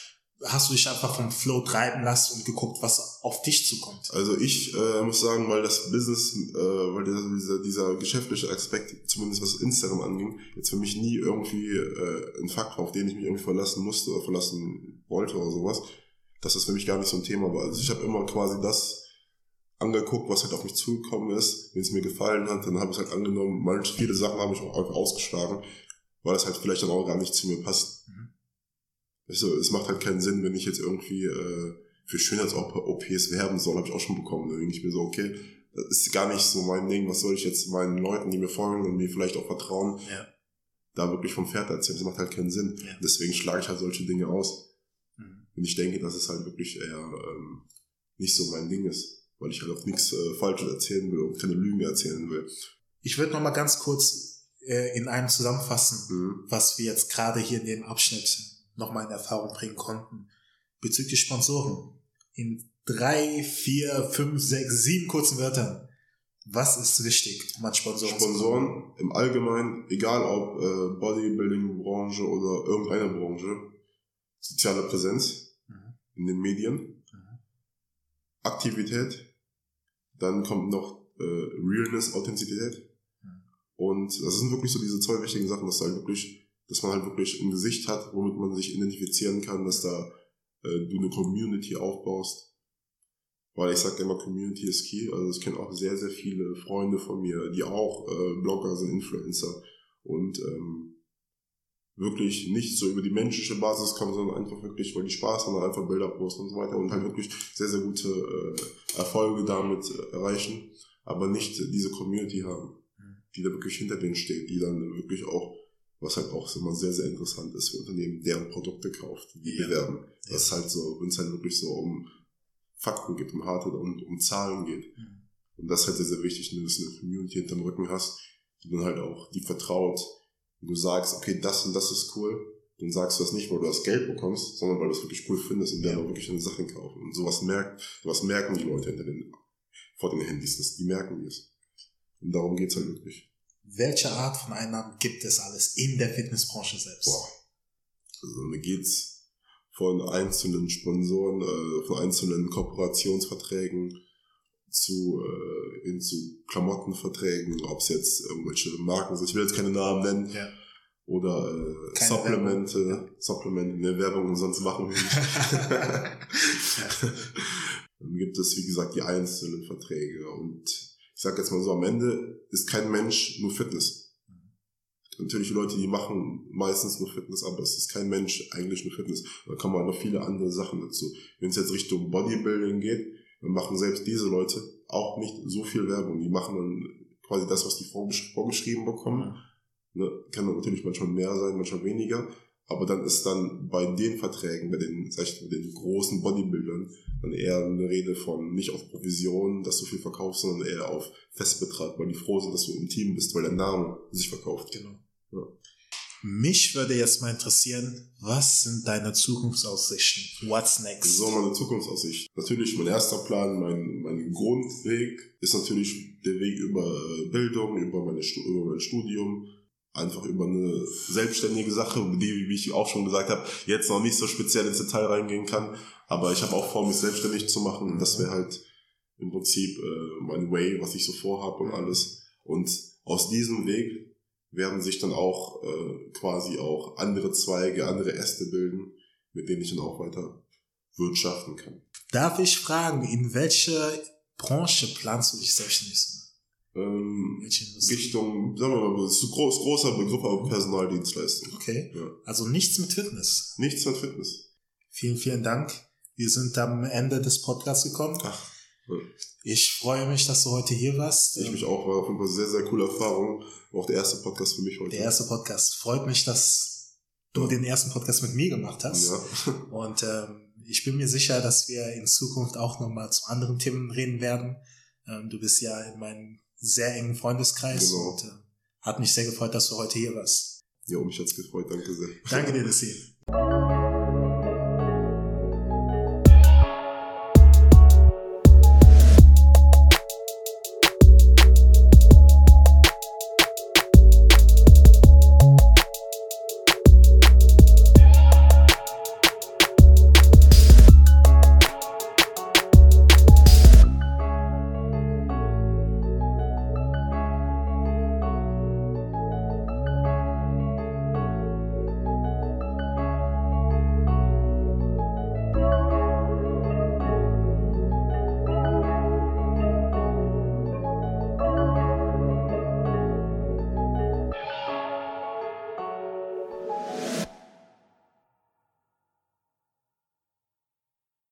hast du dich einfach vom Flow treiben lassen und geguckt, was auf dich zukommt? Also ich äh, muss sagen, weil das Business, äh, weil dieser, dieser geschäftliche Aspekt, zumindest was Instagram anging, jetzt für mich nie irgendwie äh, ein Faktor, auf den ich mich irgendwie verlassen musste oder verlassen wollte oder sowas, dass das für mich gar nicht so ein Thema war. Also ich habe immer quasi das angeguckt, was halt auf mich zugekommen ist. Wenn es mir gefallen hat, dann habe ich es halt angenommen. Manche, viele Sachen habe ich auch einfach ausgeschlagen, weil es halt vielleicht dann auch gar nicht zu mir passt. Mhm. Also, es macht halt keinen Sinn, wenn ich jetzt irgendwie äh, für Schönheits-O Ps werben soll, habe ich auch schon bekommen. Da denke ich mir so, okay, das ist gar nicht so mein Ding. Was soll ich jetzt meinen Leuten, die mir folgen und mir vielleicht auch vertrauen, ja. da wirklich vom Pferd erzählen? Das macht halt keinen Sinn. Ja. Deswegen schlage ich halt solche Dinge aus. Mhm. Und ich denke, dass es halt wirklich eher ähm, nicht so mein Ding ist, weil ich halt auch nichts äh, Falsches erzählen will und keine Lügen erzählen will. Ich würde noch mal ganz kurz äh, in einem zusammenfassen, mhm. was wir jetzt gerade hier in dem Abschnitt nochmal in Erfahrung bringen konnten. Bezüglich Sponsoren. In drei, vier, fünf, sechs, sieben kurzen Wörtern. Was ist wichtig, um an Sponsoren zu Sponsoren im Allgemeinen, egal ob äh, Bodybuilding-Branche oder irgendeine Branche, soziale Präsenz mhm. in den Medien, mhm. Aktivität, dann kommt noch äh, Realness, Authentizität mhm. und das sind wirklich so diese zwei wichtigen Sachen, dass halt wirklich dass man halt wirklich ein Gesicht hat, womit man sich identifizieren kann, dass da äh, du eine Community aufbaust. Weil ich sage immer, Community ist key. Also ich kenne auch sehr, sehr viele Freunde von mir, die auch äh, Blogger sind, Influencer und ähm, wirklich nicht so über die menschliche Basis kommen, sondern einfach wirklich, weil die Spaß haben, einfach Bilder posten und so weiter und halt wirklich sehr, sehr gute äh, Erfolge damit äh, erreichen, aber nicht diese Community haben, die da wirklich hinter denen steht, die dann wirklich auch was halt auch immer sehr, sehr interessant ist für Unternehmen, deren Produkte kauft, die ja. bewerben. Ja. Das ist halt so, wenn es halt wirklich so um Fakten geht, um harte und um Zahlen geht. Mhm. Und das ist halt sehr, sehr wichtig, dass du eine Community hinterm Rücken hast, die dann halt auch, die vertraut. Wenn du sagst, okay, das und das ist cool, dann sagst du das nicht, weil du das Geld bekommst, sondern weil du es wirklich cool findest und ja. dann auch wirklich eine Sache kaufen. Und sowas merkt, sowas merken die Leute hinter den, vor den Handys, das, die merken es. Und darum geht's halt wirklich. Welche Art von Einnahmen gibt es alles in der Fitnessbranche selbst? Boah. Also da geht's von einzelnen Sponsoren, äh, von einzelnen Kooperationsverträgen zu äh, hin zu Klamottenverträgen, ob es jetzt irgendwelche Marken sind, ich will jetzt keine Namen nennen, ja. oder äh, Supplemente, Werbung. Supplemente, ne, Werbung umsonst machen wir nicht. ja. Dann gibt es, wie gesagt, die einzelnen Verträge und ich sag jetzt mal so, am Ende ist kein Mensch nur Fitness. Mhm. Natürlich die Leute, die machen meistens nur Fitness, aber es ist kein Mensch eigentlich nur Fitness. Da kommen halt noch viele andere Sachen dazu. Wenn es jetzt Richtung Bodybuilding geht, dann machen selbst diese Leute auch nicht so viel Werbung. Die machen dann quasi das, was die vorgesch- vorgeschrieben bekommen. Mhm. Ne, kann natürlich manchmal mehr sein, manchmal weniger. Aber dann ist dann bei den Verträgen, bei den, sag ich, bei den großen Bodybuildern, dann eher eine Rede von nicht auf Provision, dass du viel verkaufst, sondern eher auf Festbetrag, weil die froh sind, dass du im Team bist, weil der Name sich verkauft. Genau. Ja. Mich würde jetzt mal interessieren, was sind deine Zukunftsaussichten? What's next? So, meine Zukunftsaussicht. Natürlich mein erster Plan, mein, mein Grundweg ist natürlich der Weg über Bildung, über, meine, über mein Studium, einfach über eine selbstständige Sache, die, wie ich auch schon gesagt habe, jetzt noch nicht so speziell ins Detail reingehen kann, aber ich habe auch vor, mich selbstständig zu machen und das wäre halt im Prinzip äh, mein Way, was ich so vorhabe und alles. Und aus diesem Weg werden sich dann auch äh, quasi auch andere Zweige, andere Äste bilden, mit denen ich dann auch weiter wirtschaften kann. Darf ich fragen, in welche Branche planst du dich selbstständig zu machen? Ähm, Richtung, sagen wir mal, das ist ein groß, großer Begriff, aber Personaldienstleistung. Okay, ja. Also nichts mit Fitness. Nichts mit Fitness. Vielen, vielen Dank. Wir sind am Ende des Podcasts gekommen. Ach, ja. Ich freue mich, dass du heute hier warst. Ich mich auch, war auf jeden Fall eine sehr, sehr coole Erfahrung. War auch der erste Podcast für mich heute. Der erste Podcast. Freut mich, dass du ja. den ersten Podcast mit mir gemacht hast. Ja. Und ähm, ich bin mir sicher, dass wir in Zukunft auch nochmal zu anderen Themen reden werden. Ähm, du bist ja in meinem sehr engen Freundeskreis genau. und äh, hat mich sehr gefreut, dass du heute hier warst. Ja, mich hat's gefreut, danke sehr. Danke dir, Dessi.